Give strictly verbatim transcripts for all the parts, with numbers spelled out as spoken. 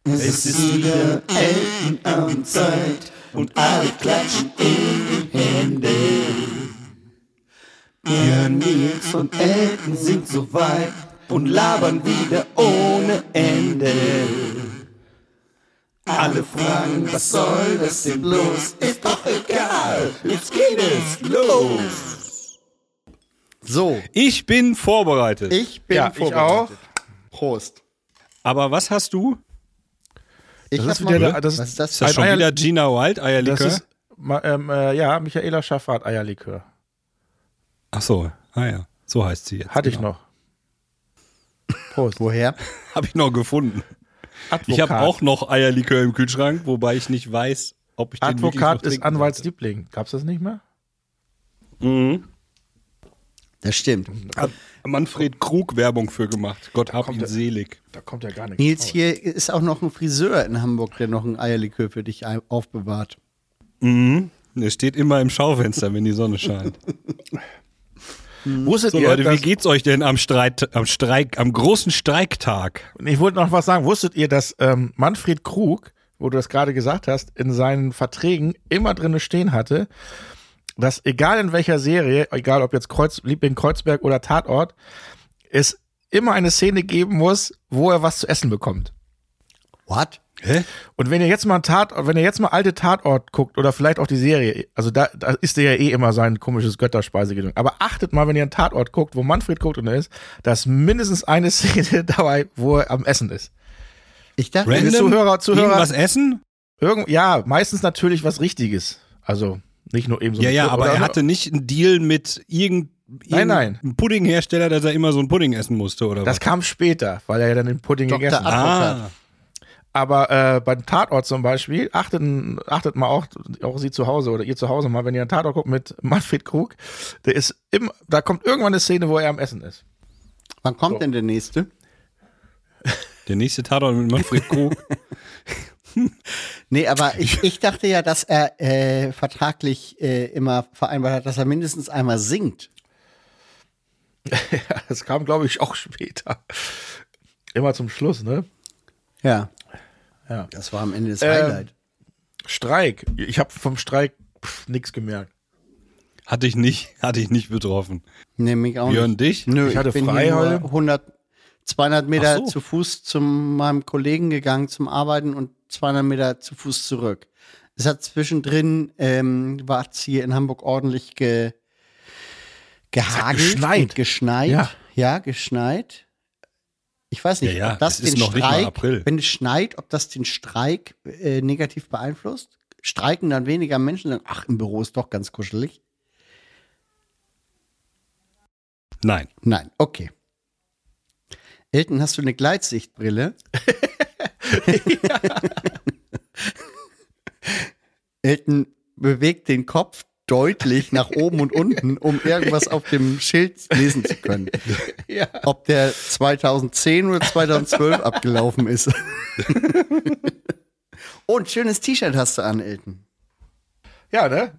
Es ist wieder Elternabend und alle klatschen in die Hände. Ja, Nils und Elton sind so weit und labern wieder ohne Ende. Alle fragen, was soll das denn bloß? Ist doch egal, jetzt geht es los. So. Ich bin vorbereitet. Ich bin ja, vorbereitet. Ich auch. Prost. Aber was hast du? Ich das hab ist wieder mal, der, das was ist das? Ist das Ein schon Eier- wieder Gina Wild Eierlikör? Das ist, ma- ähm, äh, ja, Michaela Schaffrath Eierlikör. Ach so, ah ja, so heißt sie jetzt. Hatte ich genau. noch. Prost. Woher? Habe ich noch gefunden. Advokat. Ich habe auch noch Eierlikör im Kühlschrank, wobei ich nicht weiß, ob ich den wirklich noch Advokat ist trinken Anwaltsliebling. Gab's das nicht mehr? sollte. Mhm. Das stimmt. Hat Manfred Krug Werbung für gemacht. Gott hab kommt ihn der- selig. Da kommt ja gar nichts Nils, raus. hier ist auch noch ein Friseur in Hamburg, der noch ein Eierlikör für dich ein- aufbewahrt. Mhm. Der steht immer im Schaufenster, wenn die Sonne scheint. Wusstet So ihr, Leute, dass, wie geht's euch denn am Streit, am Streik, am großen Streiktag? ich wollte noch was sagen, wusstet ihr, dass ähm, Manfred Krug, wo du das gerade gesagt hast, in seinen Verträgen immer drin stehen hatte, dass egal in welcher Serie, egal ob jetzt Kreuz, Liebling Kreuzberg oder Tatort, es immer eine Szene geben muss, wo er was zu essen bekommt. What? Hä? Und wenn ihr jetzt mal Tat, wenn ihr jetzt mal alte Tatort guckt oder vielleicht auch die Serie, also da, da ist der ja eh immer sein komisches Götterspeisegedanken. Aber achtet mal, wenn ihr einen Tatort guckt, wo Manfred Krug drin ist, da ist mindestens eine Szene dabei, wo er am Essen ist. Ich dachte, Random? Random? Zuhörer, Zuhörer- Irgendwas essen? Irgend, ja, meistens natürlich was Richtiges. Also nicht nur eben so. Ja, ein ja, Put- aber oder er so- hatte nicht einen Deal mit irgend, Nein, nein. irgendeinem Puddinghersteller, dass er immer so einen Pudding essen musste, oder Das was? kam später, weil er ja dann den Pudding Doktor gegessen hat. Advokat. Ah, Aber äh, beim Tatort zum Beispiel, achtet, achtet mal auch, auch Sie zu Hause oder ihr zu Hause mal, wenn ihr einen Tatort guckt mit Manfred Krug, der ist im, da kommt irgendwann eine Szene, wo er am Essen ist. Wann kommt So. denn der nächste? der nächste Tatort mit Manfred Krug. Nee, aber ich, ich dachte ja, dass er äh, vertraglich äh, immer vereinbart hat, dass er mindestens einmal singt. Das kam, glaube ich, auch später. Immer zum Schluss, ne? Ja. Ja. Das war am Ende das Ähm, Highlight. Streik. Ich habe vom Streik nichts gemerkt. Hatte ich nicht, hatte ich nicht betroffen. Nee, mich auch Björn, nicht. dich? Nö, Ich hatte bin frei hier nur heute. hundert, zweihundert Meter Ach so. zu Fuß zu meinem Kollegen gegangen zum Arbeiten und zweihundert Meter zu Fuß zurück. Es hat zwischendrin, ähm, war es hier in Hamburg ordentlich ge, gehagelt geschneit. und geschneit. Ja. Ja, geschneit. Ich weiß nicht, Ja, ja, ob das es ist den noch nicht mal Streik, April. wenn es schneit, ob das den Streik äh, negativ beeinflusst. Streiken dann weniger Menschen, sagen, ach, im Büro ist doch ganz kuschelig. Nein. Nein, okay. Elton, hast du eine Gleitsichtbrille? Elton bewegt den Kopf deutlich nach oben und unten, um irgendwas auf dem Schild lesen zu können. Ja. Ob der zweitausendzehn oder zweitausendzwölf abgelaufen ist. Oh, ein schönes T-Shirt hast du an, Elton. Ja, ne?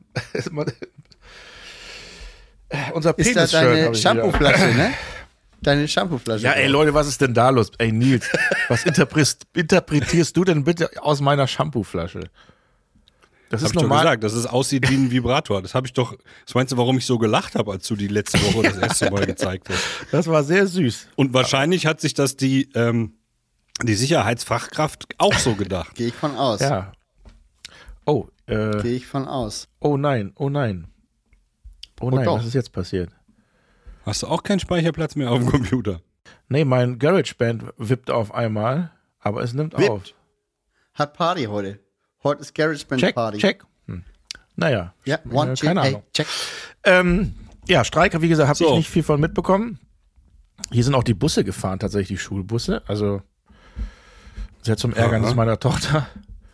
Unser Ist da Penis-Shirt deine hab ich wieder. Shampooflasche, ne? Deine Shampooflasche. Ja, ey Leute, was ist denn da los? Ey Nils, was interpretierst, interpretierst du denn bitte aus meiner Shampooflasche? Das Das ist habe ich doch normal. gesagt, dass es aussieht wie ein Vibrator. Das habe ich doch. Was meinst du, warum ich so gelacht habe, als du die letzte Woche das erste Mal gezeigt hast? Das war sehr süß. Und wahrscheinlich hat sich das die, ähm, die Sicherheitsfachkraft auch so gedacht. Gehe ich von aus. Ja. Oh, äh, Gehe ich von aus. oh nein, oh nein. Oh nein, doch. was ist jetzt passiert? Hast du auch keinen Speicherplatz mehr auf dem Computer? Nee, mein GarageBand wippt auf einmal, aber es nimmt Wippt. auf. Hat Party heute. Heute ist GarageBand Check, Party. check. Hm. Naja. Ja, one, äh, check, keine hey, Ahnung. check. Ähm, ja, Streik, wie gesagt, habe So. ich nicht viel von mitbekommen. Hier sind auch die Busse gefahren, tatsächlich die Schulbusse. Also sehr zum Ärgernis Aha. meiner Tochter.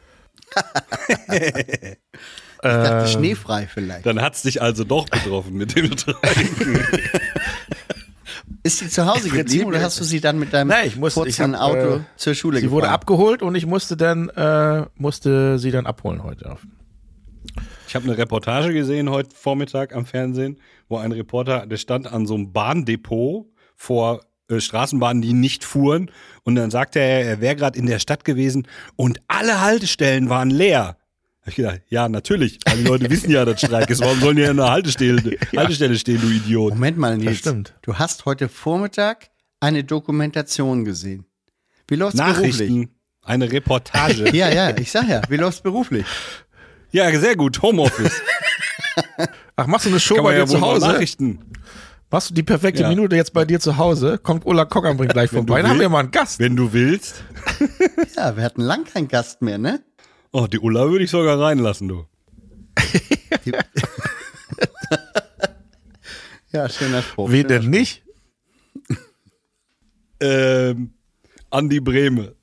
Ich dachte, Ähm, schneefrei vielleicht. Dann hat es dich also doch betroffen mit dem Streik. Ist sie zu Hause Im geblieben Prinzip- oder hast du sie dann mit deinem Nein, ich musste- ich kurzen hab, Auto äh, zur Schule Sie wurde gefahren? abgeholt und ich musste dann äh, musste sie dann abholen heute. Ich habe eine Reportage gesehen heute Vormittag am Fernsehen, wo ein Reporter, der stand an so einem Bahndepot vor äh, Straßenbahnen, die nicht fuhren. Und dann sagte er, er wäre gerade in der Stadt gewesen und alle Haltestellen waren leer. Hab ich gedacht, ja, natürlich. Weil die Leute wissen ja, dass Streik ist. Warum sollen die an einer Haltestelle, Haltestelle stehen, du Idiot? Moment mal, Nils. Das stimmt. Du hast heute Vormittag eine Dokumentation gesehen. Wie läuft's beruflich? Nachrichten, eine Reportage. Ja, ja, ich sag ja, wie läuft's beruflich? Ja, sehr gut. Homeoffice. Ach, machst du eine Show Kann bei man dir ja wohl zu mal Hause? Nachrichten. Machst du die perfekte Ja. Minute jetzt bei dir zu Hause? Kommt Ulla Kockernbrink gleich vorbei. Dann haben wir mal einen Gast. Wenn du willst. Ja, wir hatten lang keinen Gast mehr, ne? Oh, die Ulla würde ich sogar reinlassen, du. Die- ja, schöner Spruch. Wen schöner denn nicht? Ähm, Andi Brehme.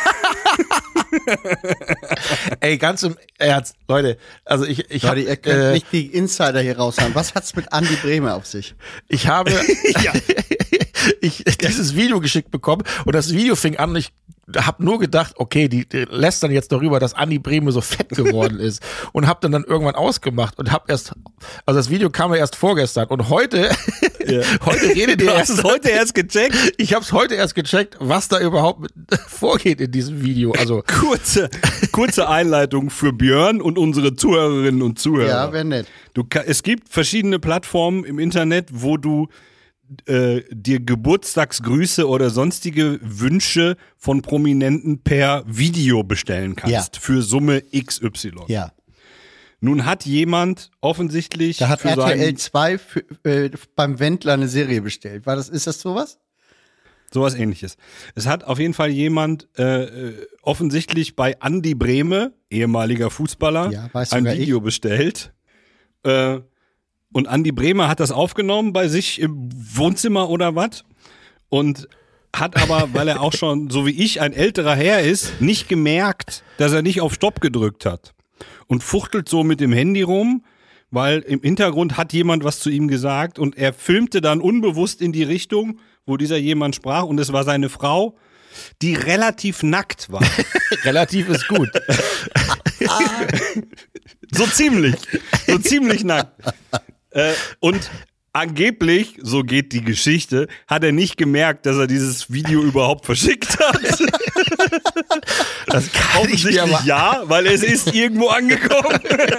Ey, ganz im Ernst, Leute. Also ich, ich Leute, habe ihr könnt äh, nicht die Insider hier raushauen. Was hat's mit Andi Brehme auf sich? ich habe Ja. ich dieses Video geschickt bekommen und das Video fing an und ich habe nur gedacht, okay, die, die lästern jetzt darüber, dass Andi Brehme so fett geworden ist und habe dann dann irgendwann ausgemacht und habe erst, also das Video kam ja erst vorgestern und heute, Ja. heute redet ihr Du hast erst, es heute erst gecheckt? ich habe es heute erst gecheckt, was da überhaupt mit, vorgeht in diesem Video. Also Kurze, kurze Einleitung für Björn und unsere Zuhörerinnen und Zuhörer. Ja, wäre nett. Du, ka- es gibt verschiedene Plattformen im Internet, wo du äh, dir Geburtstagsgrüße oder sonstige Wünsche von Prominenten per Video bestellen kannst. Ja. Für Summe X Y. Ja. Nun hat jemand offensichtlich Da hat für R T L seinen, zwei für, äh, beim Wendler eine Serie bestellt. War das, ist das sowas? sowas ähnliches. Es hat auf jeden Fall jemand äh, äh, offensichtlich bei Andi Brehme, ehemaliger Fußballer, Ja, weiß ein sogar Video ich. bestellt. Äh, und Andi Brehme hat das aufgenommen bei sich im Wohnzimmer oder was. Und hat aber, weil er auch schon, so wie ich, ein älterer Herr ist, nicht gemerkt, dass er nicht auf Stopp gedrückt hat. Und fuchtelt so mit dem Handy rum, weil im Hintergrund hat jemand was zu ihm gesagt und er filmte dann unbewusst in die Richtung, wo dieser jemand sprach und es war seine Frau, die relativ nackt war. relativ ist gut. So ziemlich, so ziemlich nackt. Äh, und angeblich, so geht die Geschichte, hat er nicht gemerkt, dass er dieses Video überhaupt verschickt hat. Das kann ich mir Offensichtlich aber, ja, weil es ist irgendwo angekommen.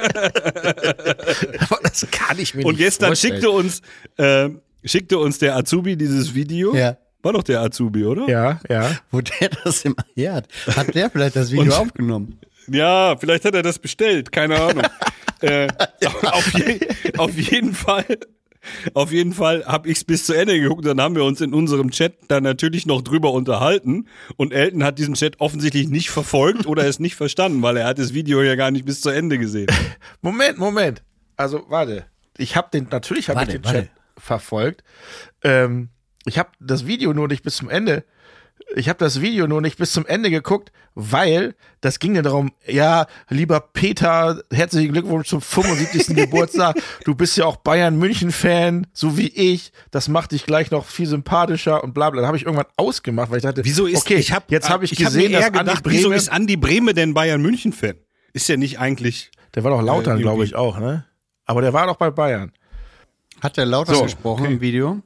das kann ich mir Und nicht gestern vorstellen. schickte uns, äh, schickte uns der Azubi dieses Video. Ja. War doch der Azubi, oder? Ja, ja. Wo der das im Her hat. Hat der vielleicht das Video Und- aufgenommen? Ja, vielleicht hat er das bestellt, keine Ahnung. äh, auf, je, auf jeden Fall, auf jeden Fall habe ich es bis zu Ende geguckt. Dann haben wir uns in unserem Chat dann natürlich noch drüber unterhalten. Und Elton hat diesen Chat offensichtlich nicht verfolgt oder es nicht verstanden, weil er hat das Video ja gar nicht bis zu Ende gesehen. Moment, Moment. Also, warte. Ich habe den, natürlich habe ich Warte, den warte. Chat verfolgt. Ähm, ich habe das Video nur nicht bis zum Ende. Ich habe das Video nur nicht bis zum Ende geguckt, weil das ging ja darum, ja, lieber Peter, herzlichen Glückwunsch zum fünfundsiebzigsten Geburtstag. Du bist ja auch Bayern-München-Fan, so wie ich. Das macht dich gleich noch viel sympathischer und bla bla. Da habe ich irgendwann ausgemacht, weil ich dachte, Wieso ist, okay, ich hab, jetzt habe ich, ich hab gesehen, mir eher dass Andi gedacht, wieso Brehme, ist Andi Brehme denn Bayern-München-Fan? Ist ja nicht eigentlich. der war doch Lautern, Äh, glaube ich, auch, ne? Aber der war doch bei Bayern. Hat der lauter So, gesprochen okay. im Video?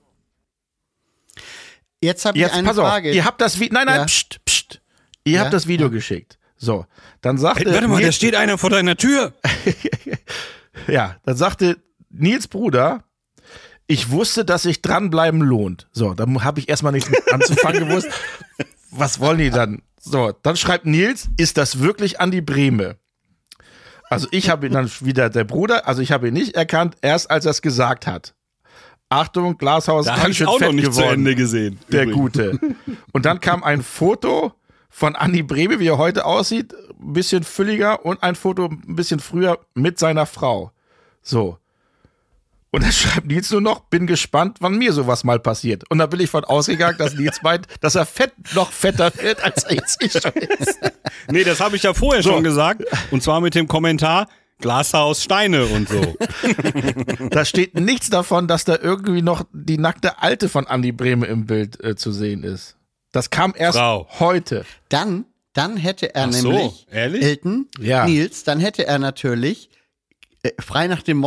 Jetzt habe ich Jetzt, eine pass Frage. auf, ihr habt das Video, nein, nein, Ja. pst, pst. Ihr Ja? habt das Video geschickt. So, dann sagte Hey, warte mal, da Nils, steht einer vor deiner Tür. ja, dann sagte Nils Bruder, ich wusste, dass sich dranbleiben lohnt. So, dann habe ich erstmal nichts mit anzufangen gewusst. Was wollen die dann? So, dann schreibt Nils, ist das wirklich Andi Brehme? Also ich habe ihn dann wieder, der Bruder, also ich habe ihn nicht erkannt, erst als er es gesagt hat. Achtung, Glashaus Da ganz habe ich schön auch fett noch nicht zu geworden. Ende gesehen. Der übrigens. Gute. Und dann kam ein Foto von Andi Brehme, wie er heute aussieht, ein bisschen fülliger und ein Foto ein bisschen früher mit seiner Frau. So. Und dann schreibt Nils nur noch, bin gespannt, wann mir sowas mal passiert. Und da bin ich von ausgegangen, dass Nils meint, dass er fett noch fetter wird, als er jetzt eh schon ist. Nee, das habe ich ja vorher So. schon gesagt. Und zwar mit dem Kommentar, Glashaus, Steine und so. Da steht nichts davon, dass da irgendwie noch die nackte Alte von Andi Brehme im Bild äh, zu sehen ist. Das kam erst Frau. heute. Dann, dann hätte er Ach so, nämlich, ehrlich? Elton, Ja. Nils, dann hätte er natürlich, äh, frei nach dem Motto,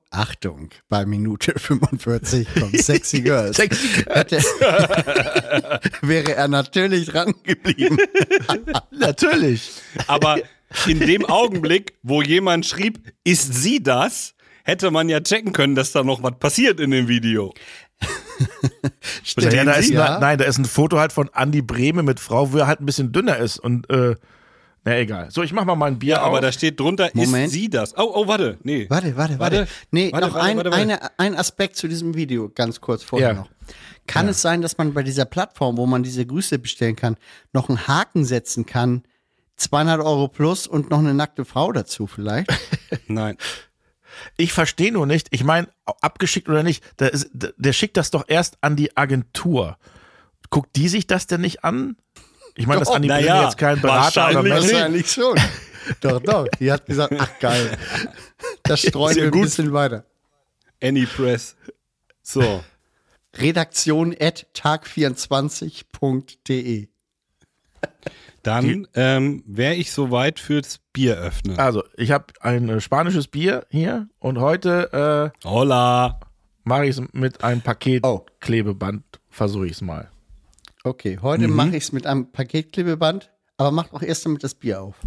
Achtung, bei Minute fünfundvierzig kommt Sexy Girls. Sexy Hätte, wäre er natürlich dran geblieben. Natürlich. Aber in dem Augenblick, wo jemand schrieb, ist sie das, hätte man ja checken können, dass da noch was passiert in dem Video. Ja, da ist Sie, ein, ja? Nein, da ist ein Foto halt von Andi Brehme mit Frau, wo er halt ein bisschen dünner ist. Und, äh, na egal. So, ich mach mal mein Bier Ja, auf. aber da steht drunter, Moment. ist sie das? Oh, oh, warte, nee. Warte, warte, warte. Warte. Nee, Warte, noch warte, ein, warte, warte. Eine, ein Aspekt zu diesem Video, ganz kurz vorher Ja. noch. Kann es sein, dass man bei dieser Plattform, wo man diese Grüße bestellen kann, noch einen Haken setzen kann, zweihundert Euro plus und noch eine nackte Frau dazu vielleicht? Nein. Ich verstehe nur nicht, ich meine, abgeschickt oder nicht, der, ist, der schickt das doch erst an die Agentur. Guckt die sich das denn nicht an? Ich meine, dass Andi na Brehme ja, jetzt kein Berater oder wahrscheinlich was? nicht. Wahrscheinlich schon. Doch, doch. Die hat gesagt, ach geil. Das streuen Sehr wir ein gut. bisschen weiter. Anypress. So. Redaktion at tag vierundzwanzig punkt de. Dann ähm, wäre ich soweit fürs Bier öffnen. Also, ich habe ein äh, spanisches Bier hier und heute äh, Hola. mache ich es mit einem Oh. Paketklebeband, versuche ich es mal. Okay, heute mache ich es mit einem Paketklebeband, aber mach doch erst damit das Bier auf.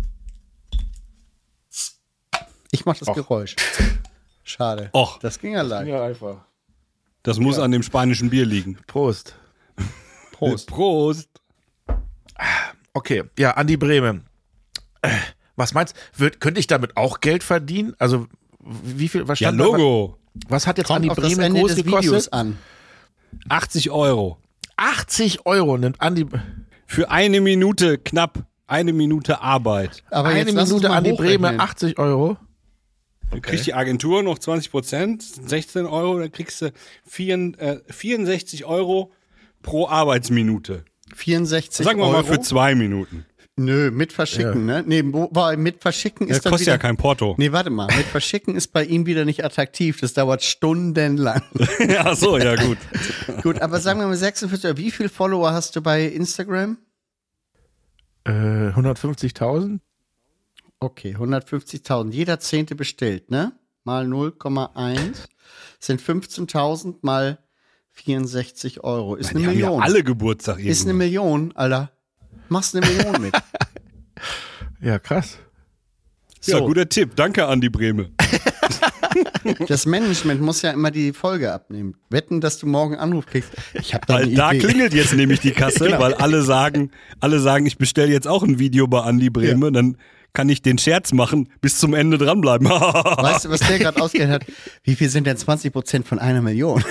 Ich mache das Och. Geräusch. Schade. Och. Das ging ja leicht. Ja, einfach. Das muss an dem spanischen Bier liegen. Prost. Prost. Prost. Okay, ja, Andi Brehme. Äh, was meinst du, könnte ich damit auch Geld verdienen? Also, wie viel, was Ja, stand da- Logo. Was hat jetzt Kommt Andi auf das Brehme Ende groß des Videos gekostet? an. achtzig Euro. achtzig Euro nimmt Andi, Für eine Minute knapp. Eine Minute Arbeit. Aber eine jetzt lass uns Minute mal Andi Brehme, hochrechnen. achtzig Euro. Du kriegst die Agentur noch zwanzig Prozent, sechzehn Euro, dann kriegst du vier, äh, vierundsechzig Euro pro Arbeitsminute. vierundsechzig Sagen wir Euro. mal für zwei Minuten. Nö, mit Verschicken, ne? Nee, wo, war, mit Verschicken ist Das dann kostet wieder, ja kein Porto. Nee, warte mal. Mit Verschicken ist bei ihm wieder nicht attraktiv. Das dauert stundenlang. Ach so, ja gut. Gut, aber sagen wir mal sechsundvierzig Euro. Wie viele Follower hast du bei Instagram? Äh, hundertfünfzigtausend? Okay, hundertfünfzigtausend. Jeder Zehnte bestellt, ne? Mal null Komma eins sind fünfzehntausend mal vierundsechzig Euro. Ist eine Die haben ja Million. alle Geburtstag Ist eine irgendwann. Million, Alter. Machst eine Million mit. Ja, krass. Ja, So. guter Tipp. Danke, Andi Brehme. Das Management muss ja immer die Folge abnehmen. Wetten, dass du morgen einen Anruf kriegst. Ich habe da Weil eine da Idee. klingelt jetzt nämlich die Kasse, Genau. weil alle sagen, alle sagen, ich bestelle jetzt auch ein Video bei Andi Brehme, dann kann ich den Scherz machen, bis zum Ende dranbleiben. Weißt du, was der gerade ausgerechnet hat? Wie viel sind denn zwanzig Prozent von einer Million?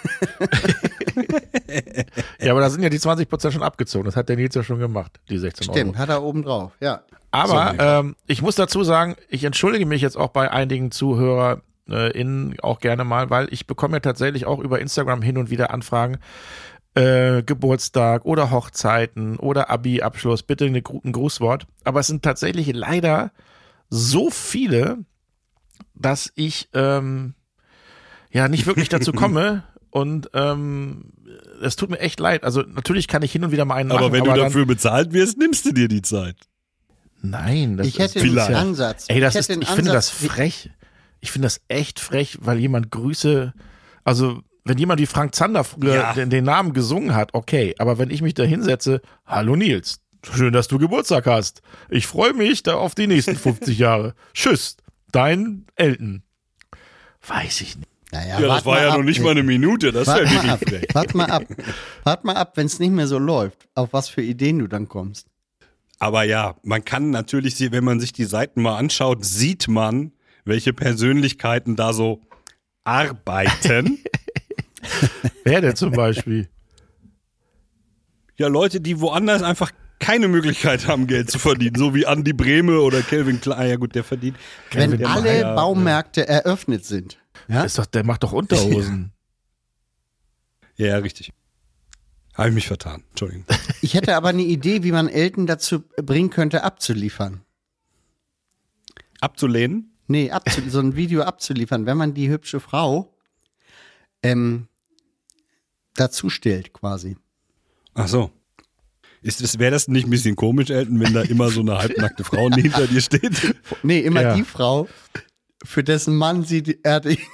Ja, aber da sind ja die zwanzig Prozent schon abgezogen. Das hat der Nils ja schon gemacht, die sechzehn Euro. Stimmt, hat er oben drauf, ja. Aber So, ähm, ich muss dazu sagen, ich entschuldige mich jetzt auch bei einigen ZuhörerInnen auch gerne mal, weil ich bekomme ja tatsächlich auch über Instagram hin und wieder Anfragen, äh, Geburtstag oder Hochzeiten oder Abi-Abschluss, bitte eine, Gru- ein Grußwort. Aber es sind tatsächlich leider so viele, dass ich ähm, ja nicht wirklich dazu komme. Und ähm, es tut mir echt leid. Also natürlich kann ich hin und wieder mal einen machen. Aber wenn du dann, dafür bezahlt wirst, nimmst du dir die Zeit. Nein, das Ich hätte ist einen vielleicht. Ansatz. Ey, das ich ist, hätte einen ich finde das Ansatz, wie- frech. Ich finde das echt frech, weil jemand Grüße, also wenn jemand wie Frank Zander früher Ja. den, den Namen gesungen hat, okay, aber wenn ich mich da hinsetze, hallo Nils, schön, dass du Geburtstag hast. Ich freue mich da auf die nächsten fünfzig Jahre. Tschüss, dein Elton. Weiß ich nicht. Naja, Ja, wart das war mal ja ab. noch nicht mal eine Minute, das ist ja Wart mal wirklich ab. frech. Wart mal ab. Wart mal ab, wenn es nicht mehr so läuft, auf was für Ideen du dann kommst. Aber ja, man kann natürlich, sie- wenn man sich die Seiten mal anschaut, sieht man, welche Persönlichkeiten da so arbeiten. Wer denn zum Beispiel? Ja, Leute, die woanders einfach keine Möglichkeit haben, Geld zu verdienen, so wie Andi Brehme oder Calvin Klein. Ja gut, der verdient. Wenn Calvin alle Klein, Baumärkte eröffnet sind. Ja? Ist doch, der macht doch Unterhosen. Ja, ja, richtig. Habe ich mich vertan. Entschuldigung. Ich hätte aber eine Idee, wie man Elton dazu bringen könnte, abzuliefern. Abzulehnen? Nee, abzu so ein Video abzuliefern, wenn man die hübsche Frau ähm, dazu stellt, quasi. Ach so. Ist das, wäre das nicht ein bisschen komisch, Elton, wenn da immer so eine halbnackte Frau hinter dir steht? Nee, immer Ja. die Frau, für dessen Mann sie die, er die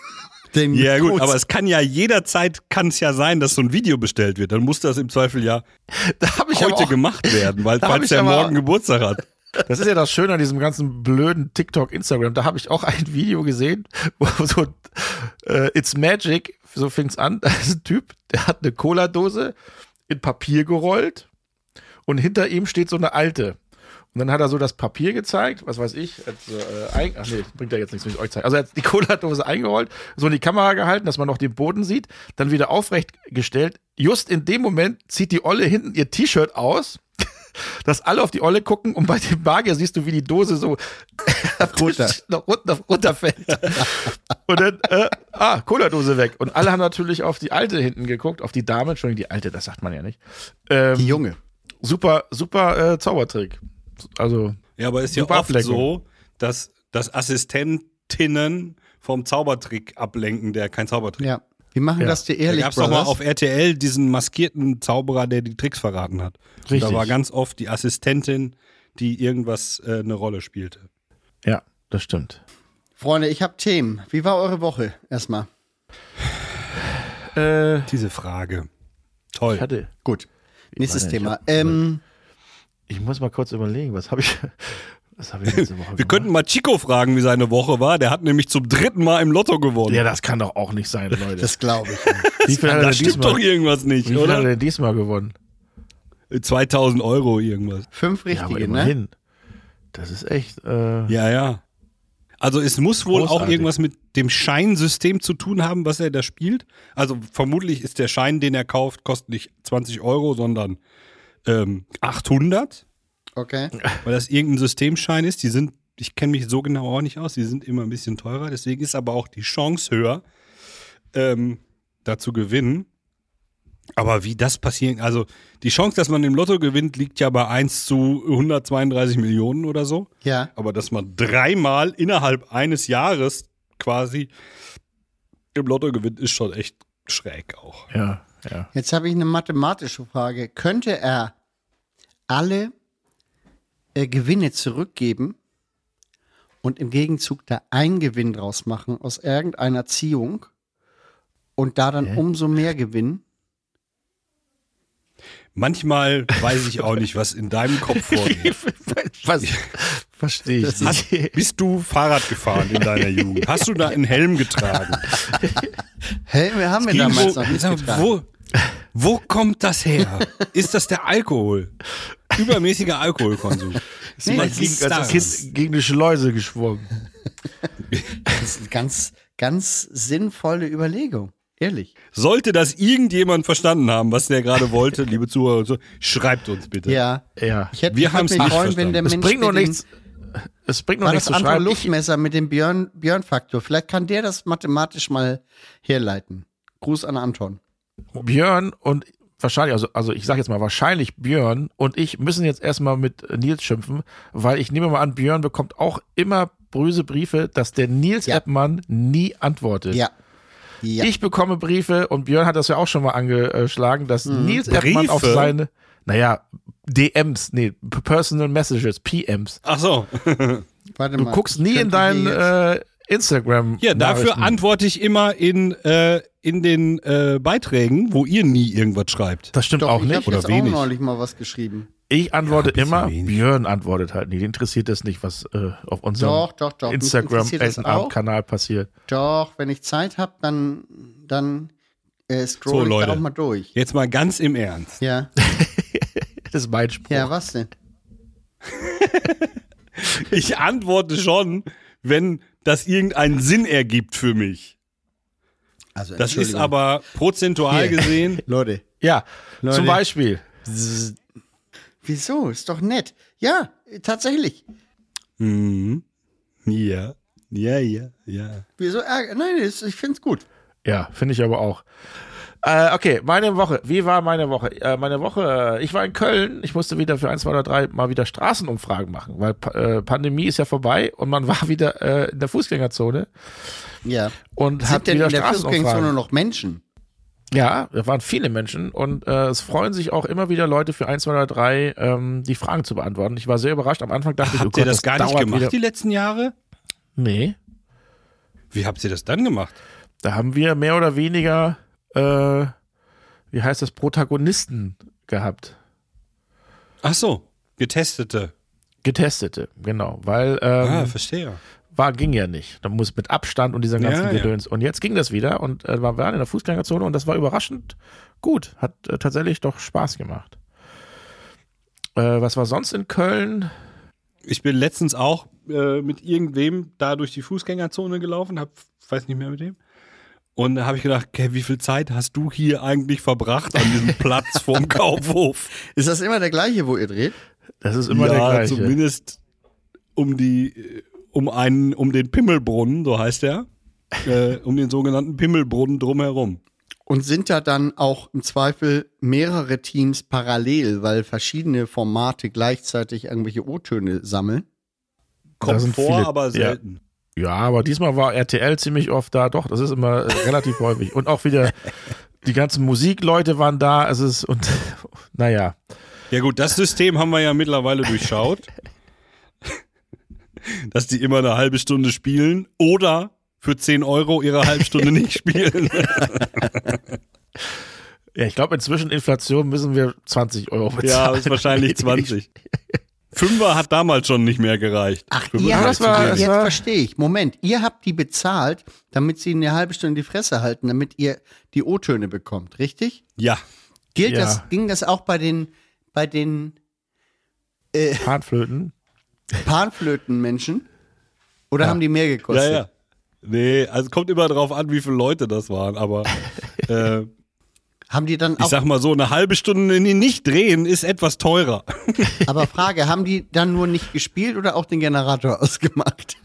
Den Ja gut, Codes. aber es kann ja jederzeit, kann es ja sein, dass so ein Video bestellt wird. Dann muss das im Zweifel ja Da habe ich aber heute auch, gemacht werden, weil da hab falls ich der aber- morgen Geburtstag hat. Das ist ja das Schöne an diesem ganzen blöden TikTok, Instagram. Da habe ich auch ein Video gesehen, wo so äh, It's Magic, so fing's an. Da ist ein Typ, der hat eine Cola-Dose in Papier gerollt und hinter ihm steht so eine alte. Und dann hat er so das Papier gezeigt, was weiß ich, hat, äh, ein, ach nee, bringt ja jetzt nichts, wenn ich euch zeige. Also er hat die Cola-Dose eingerollt, so in die Kamera gehalten, dass man noch den Boden sieht, dann wieder aufrecht gestellt. Just in dem Moment zieht die Olle hinten ihr T-Shirt aus, dass alle auf die Olle gucken und bei dem Magier siehst du, wie die Dose so Runter. noch runter, runterfällt. Und dann, äh, ah, Cola-Dose weg. Und alle haben natürlich auf die Alte hinten geguckt, auf die Dame, Entschuldigung, die Alte, das sagt man ja nicht. Ähm, Die Junge. Super, super äh, Zaubertrick. Also, Ja, aber ist ja Super oft Ablenkung. so, dass, dass Assistentinnen vom Zaubertrick ablenken, der kein Zaubertrick Ja. Wir machen Ja. das dir Da ehrlich, gab es doch mal Brothers. auf R T L diesen maskierten Zauberer, der die Tricks verraten hat. Und Richtig. da war ganz oft die Assistentin, die irgendwas äh, eine Rolle spielte. ja, das stimmt. Freunde, ich habe Themen. Wie war eure Woche erstmal? Äh, Diese Frage. Toll. ich hatte, Gut. Nächstes weiß nicht, Thema. ich hab- Ähm, ich muss mal kurz überlegen, was habe ich, was habe ich letzte Woche Wir gemacht? könnten mal Chico fragen, wie seine Woche war. Der hat nämlich zum dritten Mal im Lotto gewonnen. Ja, das kann doch auch nicht sein, Leute. das glaube ich. wie viel hat er da denn stimmt diesmal, doch irgendwas nicht, wie viel hat er oder? denn diesmal gewonnen? zweitausend Euro irgendwas. Fünf Ja, aber richtige, ne? immerhin. Das ist echt, äh, Ja, ja. Also es muss wohl auch Großartig. irgendwas mit dem Scheinsystem zu tun haben, was er da spielt. Also vermutlich ist der Schein, den er kauft, kostet nicht zwanzig Euro, sondern ähm, achthundert, Okay. weil das irgendein Systemschein ist. Die sind, ich kenne mich so genau auch nicht aus, die sind immer ein bisschen teurer. Deswegen ist aber auch die Chance höher, ähm, da zu gewinnen. Aber wie das passieren, also die Chance, dass man im Lotto gewinnt, liegt ja bei eins zu hundertzweiunddreißig Millionen oder so. Ja. Aber dass man dreimal innerhalb eines Jahres quasi im Lotto gewinnt, ist schon echt schräg auch. ja, ja. Jetzt habe ich eine mathematische Frage. Könnte er alle äh, Gewinne zurückgeben und im Gegenzug da einen Gewinn draus machen aus irgendeiner Ziehung und da dann Hä? umso mehr gewinnen? Manchmal weiß ich auch nicht, was in deinem Kopf vorgeht. Was, verstehe ich Hast, nicht. bist du Fahrrad gefahren in deiner Jugend? Hast du da einen Helm getragen? Hä, wir haben wir Irgendwo- damals noch nicht Sag mal, getragen. wo, wo kommt das her? Ist das der Alkohol? Übermäßiger Alkoholkonsum. Nee, Man das gegen, ist als Kind gegen eine Schleuse geschwommen. Das ist eine ganz, ganz sinnvolle Überlegung. Ehrlich. Sollte das irgendjemand verstanden haben, was der gerade wollte, liebe Zuhörer, und so, schreibt uns bitte. Ja. Ja. Ich hätte Wir ich würd haben's mich nicht freuen, wenn der Es Mensch bringt noch mit dem- nichts. Es bringt noch War nichts das zu andere schreiben. Ich, Luftmesser mit dem Björn, Björn-Faktor. Vielleicht kann der das mathematisch mal herleiten. Gruß an Anton. Björn und wahrscheinlich, also, also ich sage jetzt mal, wahrscheinlich Björn und ich müssen jetzt erstmal mit Nils schimpfen, weil ich nehme mal an, Björn bekommt auch immer böse Briefe, dass der Nils Ja. Eppmann nie antwortet. Ja. Ja. Ich bekomme Briefe und Björn hat das ja auch schon mal angeschlagen, dass Nils Eppmann auf Briefe? seine, naja, D Ms, nee, Personal Messages, P Ms. Ach so. Warte Du mal, guckst ich nie in könnte deinen hier jetzt- äh, Instagram. Ja, dafür antworte ich immer in, äh, in den äh, Beiträgen, wo ihr nie irgendwas schreibt. Das stimmt Doch, auch ich nicht. habe oder jetzt wenig. auch neulich mal was geschrieben. Ich antworte Ja, ein bisschen immer, wenig. Björn antwortet halt nie. Den interessiert es nicht, was äh, auf unserem Doch, doch, doch. Mich Instagram interessiert das auch. Elternabend-Kanal passiert. Doch, wenn ich Zeit habe, dann, dann äh, So, scroll ich Leute. da auch mal durch. Jetzt mal ganz im Ernst. Ja. Das ist mein Spruch. Ja, was denn? Ich antworte schon, wenn das irgendeinen Sinn ergibt für mich. Also, Das ist Entschuldigung. aber prozentual Hier. gesehen. Leute. Ja, Leute. zum Beispiel. Wieso? Ist doch nett. Ja, tatsächlich. Mhm. Ja, ja, ja, ja. Wieso ärger? Nein, das- ich finde es gut. Ja, finde ich aber auch. Äh, okay, meine Woche. Wie war meine Woche? Äh, meine Woche, äh, ich war in Köln. Ich musste wieder für eins, zwei oder drei mal wieder Straßenumfragen machen, weil Pa- äh, Pandemie ist ja vorbei und man war wieder äh, in der Fußgängerzone Ja. und Sind hat denn wieder in der Straßenumfragen. Fußgängerzone noch Menschen? Ja, da waren viele Menschen und äh, es freuen sich auch immer wieder Leute für eins, zwei oder drei ähm, die Fragen zu beantworten. Ich war sehr überrascht. Am Anfang dachte ich, oh Habt ihr Gott, das gar nicht dauert gemacht wieder. die letzten Jahre? Nee. Wie habt ihr das dann gemacht? Da haben wir mehr oder weniger, äh, wie heißt das, Protagonisten gehabt. Ach so, getestete. Getestete, genau. Weil, ähm, ah, verstehe. war, ging ja nicht. Da muss mit Abstand und dieser ganzen Ja, Gedöns. Und jetzt ging das wieder und äh, wir waren in der Fußgängerzone und das war überraschend gut. Hat äh, tatsächlich doch Spaß gemacht. Äh, was war sonst in Köln? Ich bin letztens auch äh, mit irgendwem da durch die Fußgängerzone gelaufen, hab, weiß nicht mehr mit dem. Und da habe ich gedacht, okay, wie viel Zeit hast du hier eigentlich verbracht an diesem Platz vorm Kaufhof? Ist das immer der gleiche, wo ihr dreht? Das ist immer ja, der gleiche. Zumindest um die, um einen, um den Pimmelbrunnen, so heißt er, äh, um den sogenannten Pimmelbrunnen drumherum. Und sind da dann auch im Zweifel mehrere Teams parallel, weil verschiedene Formate gleichzeitig irgendwelche O-Töne sammeln? Kommt Da sind vor, viele- aber ja. selten. Ja, aber diesmal war R T L ziemlich oft da. Doch, das ist immer äh, relativ häufig. Und auch wieder die ganzen Musikleute waren da. Es ist, und naja. Ja gut, das System haben wir ja mittlerweile durchschaut. Dass die immer eine halbe Stunde spielen oder für zehn Euro ihre halbe Stunde nicht spielen. Ja, ich glaube, inzwischen Inflation müssen wir zwanzig Euro bezahlen. Ja, ist wahrscheinlich zwanzig. Fünfer hat damals schon nicht mehr gereicht. Ach, Für ihr das habt, war- jetzt das war- verstehe ich. Moment, ihr habt die bezahlt, damit sie eine halbe Stunde die Fresse halten, damit ihr die O-Töne bekommt, richtig? Ja. Gilt Ja. das, ging das auch bei den, bei den Panflöten. Panflötenmenschen? Oder Ja. haben die mehr Ja, gekostet? ja. Nee, also kommt immer drauf an, wie viele Leute das waren, aber äh, Haben die dann ich auch, sag mal so, eine halbe Stunde nicht drehen ist etwas teurer. aber Frage, haben die dann nur nicht gespielt oder auch den Generator ausgemacht?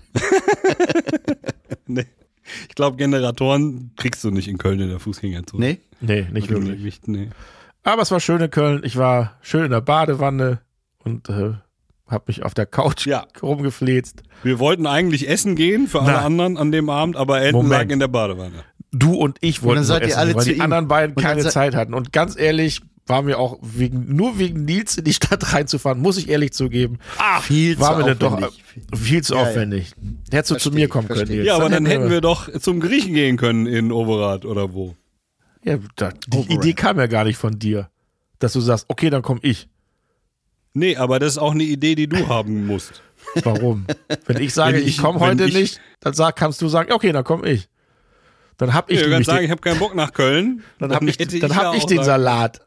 Nee. Ich glaube, Generatoren kriegst du nicht in Köln in der Fußgängerzone. Nee? Nee, nicht wirklich. Nicht, nee. Aber es war schön in Köln. Ich war schön in der Badewanne und äh, habe mich auf der Couch Ja. rumgefläzt. Wir wollten eigentlich essen gehen für alle Na. anderen an dem Abend, aber Elton Moment. lag in der Badewanne. Du und ich wollten dann seid so ihr essen, alle weil zu die ihm. anderen beiden Und dann keine se- Zeit hatten. Und ganz ehrlich, war mir auch wegen, nur wegen Nils in die Stadt reinzufahren, muss ich ehrlich zugeben, Viel war mir dann doch aufwendig. äh, viel zu Ja, ja. aufwendig. Hättest du zu Versteh mir ich, kommen können, versteh ich. Nils. Ja, aber dann hätten wir wir doch zum Griechen gehen können in Overath oder wo. Ja, da, die Overall. Idee kam ja gar nicht von dir, dass du sagst, okay, dann komm ich. Nee, aber das ist auch eine Idee, die du haben musst. Warum? Wenn ich sage, Wenn ich, ich- komme wenn heute ich- nicht, dann sag, kannst du sagen, okay, dann komm ich. Dann hab ich, Ich kann nämlich sagen, den, ich habe keinen Bock nach Köln. dann hab ich, hätte dann ja hab ich auch den sagen- Salat.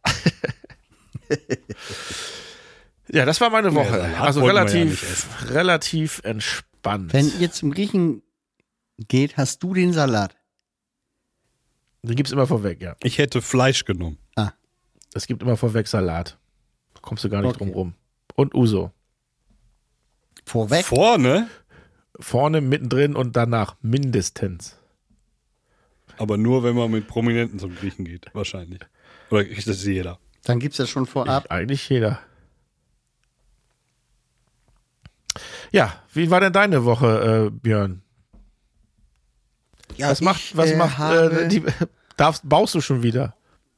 Ja, das war meine Woche. Salat also wollten wir ja relativ, nicht essen. relativ entspannt. Wenn ihr zum Griechen geht, hast du den Salat. Den gibt's immer vorweg, ja. Ich hätte Fleisch genommen. Es gibt immer vorweg Salat. Da kommst du gar nicht Okay. drum rum. Und Uso. Vorweg. Vorne, Vorne, mittendrin und danach mindestens. aber nur, wenn man mit Prominenten zum Griechen geht, wahrscheinlich. Oder kriegt das jeder? Dann gibt's das schon vorab. Ich, eigentlich jeder. Ja, wie war denn deine Woche, äh, Björn? Ja, Was macht, ich, was äh, macht, habe, äh, die, darfst, baust du schon wieder?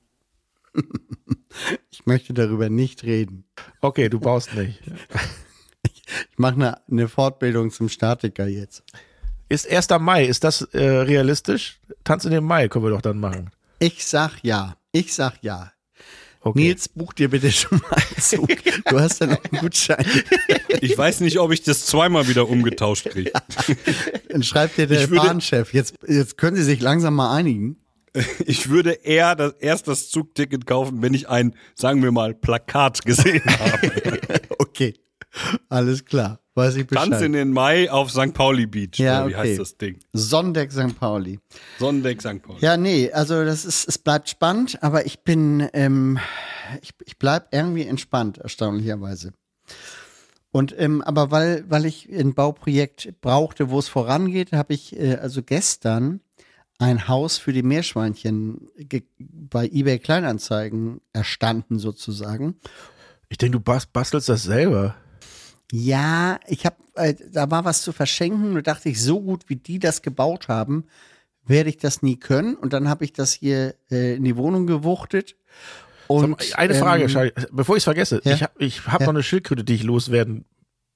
Ich möchte darüber nicht reden. Okay, du baust nicht. Ich mache eine, eine Fortbildung zum Statiker jetzt. Ist erster Mai, ist das äh, realistisch? Tanz in den Mai können wir doch dann machen. Ich sag ja. Ich sag ja. Okay. Nils, buch dir bitte schon mal einen Zug. Du hast dann auch einen Gutschein. Ich weiß nicht, ob ich das zweimal wieder umgetauscht kriege. Dann schreibt dir der Ich würde- Bahnchef. Jetzt, jetzt können Sie sich langsam mal einigen. Ich würde eher das, erst das Zugticket kaufen, wenn ich ein, sagen wir mal, Plakat gesehen habe. Okay. Alles klar. Weiß ich Bescheid. Tanz in den Mai auf Sankt Pauli Beach. Ja, oder wie okay. heißt das Ding? Sonntag Sankt Pauli. Sonnendeck Sankt Pauli. Ja, nee, also das ist, es bleibt spannend, aber ich bin, ähm, ich, ich bleib irgendwie entspannt, erstaunlicherweise. Und ähm, aber weil, weil ich ein Bauprojekt brauchte, wo es vorangeht, habe ich äh, also gestern ein Haus für die Meerschweinchen ge- bei eBay Kleinanzeigen erstanden sozusagen. Ich denke, du bas bastelst das selber. Ja, ich habe, äh, da war was zu verschenken und dachte ich, so gut wie die das gebaut haben, werde ich das nie können. Und dann habe ich das hier äh, in die Wohnung gewuchtet. Und Eine Frage, ähm, Schei- bevor ich es vergesse. ja? Ich habe ich hab Ja. noch eine Schildkröte, die ich loswerden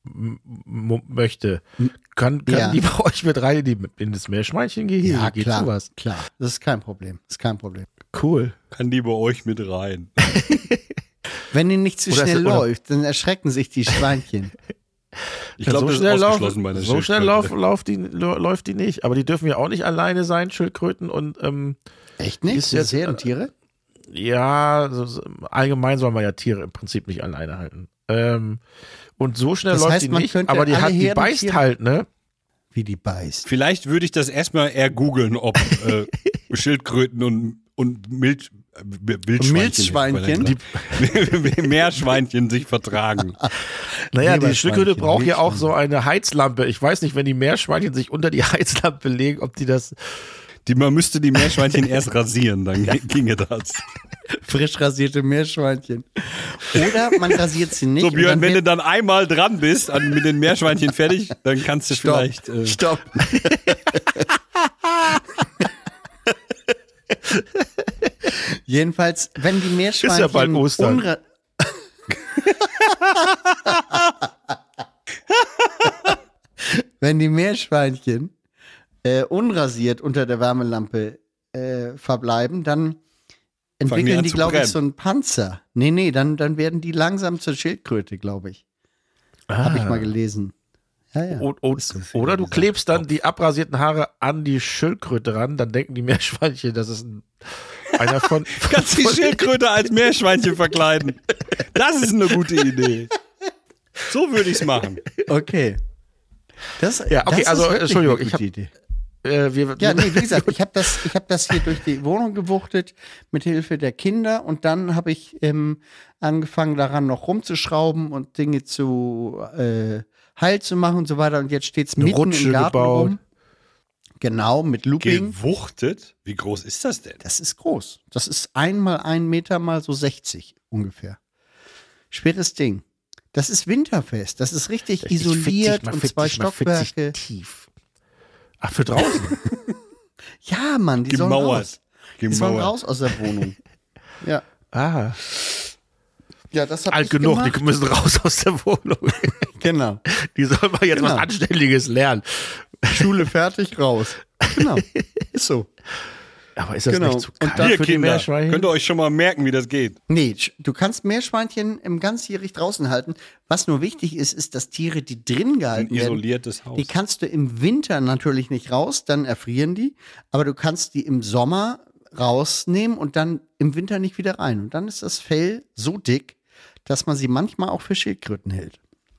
m- m- möchte, kann, kann Ja. die bei euch mit rein in, die, in das Meerschweinchen-Gehege? Ja, Geht klar, sowas? klar. Das ist kein Problem. Das ist kein Problem. Cool. Kann die bei euch mit rein? Wenn die nicht zu Oder ist schnell das- oder- läuft, dann erschrecken sich die Schweinchen. Ich glaube, das ist ausgeschlossen bei der So schnell Schildkröte. lauf, lauf die, läuft die nicht. Aber die dürfen ja auch nicht alleine sein, Schildkröten. Und ähm, Echt nicht? Ist Sind das jetzt- Herdentiere? ja, so, so, allgemein soll man ja Tiere im Prinzip nicht alleine halten. Ähm, und so schnell Das läuft heißt, die man nicht, könnte aber die, alle hat, die beißt Herdentiere- halt, ne? Wie die beißt. Vielleicht würde ich das erstmal eher googeln, ob äh, Schildkröten und, und Milch, äh, Wildschweinchen, Milchschweinchen? die Meerschweinchen sich vertragen. Naja, die Leberschweinchen, Schildkröte braucht ja auch Wildschwein. so eine Heizlampe. Ich weiß nicht, wenn die Meerschweinchen sich unter die Heizlampe legen, ob die das. Die, man müsste die Meerschweinchen erst rasieren, dann ginge das. Frisch rasierte Meerschweinchen. Oder man rasiert sie nicht. So, und Björn, dann wenn du wird- dann einmal dran bist an, mit den Meerschweinchen fertig, dann kannst du Stopp, vielleicht. Äh, stopp. Jedenfalls, wenn die Meerschweinchen Ist ja bald Ostern. unra- wenn die Meerschweinchen äh, unrasiert unter der Wärmelampe äh, verbleiben, dann Fangen die entwickeln an die, zu glaube ich, brennen. so einen Panzer. Nee, nee, dann, dann werden die langsam zur Schildkröte, glaube ich. Habe ich mal gelesen. Ja, ja. O- o- Ist so viel oder du gesagt. klebst dann die abrasierten Haare an die Schildkröte ran, dann denken die Meerschweinchen, das ist ein, einer von. kannst die von- Schildkröte als Meerschweinchen verkleiden. Das ist eine gute Idee. So würde ich es machen. Okay. Das, Ja, okay, das also, ist wirklich Entschuldigung, eine ich gute hab- Idee. Äh, wir, Ja, nee, wie gesagt, ich habe das, ich hab das hier durch die Wohnung gewuchtet mit Hilfe der Kinder und dann habe ich ähm, angefangen daran noch rumzuschrauben und Dinge zu äh, heil zu machen und so weiter und jetzt steht es Eine mitten Rutsche im Garten gebaut. rum. Genau, mit Looping. Gewuchtet? Wie groß ist das denn? Das ist groß. Das ist einmal ein Meter mal so sechzig ungefähr. Schweres Ding. Das ist winterfest. Das ist richtig Richtig isoliert fitzig, mal und fitzig, zwei mal fitzig Stockwerke. tief. Ach, für draußen? Ja, Mann, die sollen Gemauert. raus. Die sollen Gemauert. raus aus der Wohnung. Ja. ah, Ja, das hab alt ich genug, gemacht. die müssen raus aus der Wohnung. Genau. Die sollen mal jetzt Genau. was Anständiges lernen. Schule fertig, raus. Genau. Ist so. Aber ist das Genau. nicht zu Und kalt dann Hier, für die Kinder, Meerschweinchen? könnt ihr euch schon mal merken, wie das geht. Nee, sch- du kannst Meerschweinchen im ganzjährig draußen halten. Was nur wichtig ist, ist, dass Tiere, die drin Ein gehalten werden, isoliertes Haus. die kannst du im Winter natürlich nicht raus, dann erfrieren die. Aber du kannst die im Sommer rausnehmen und dann im Winter nicht wieder rein. Und dann ist das Fell so dick, dass man sie manchmal auch für Schildkröten hält.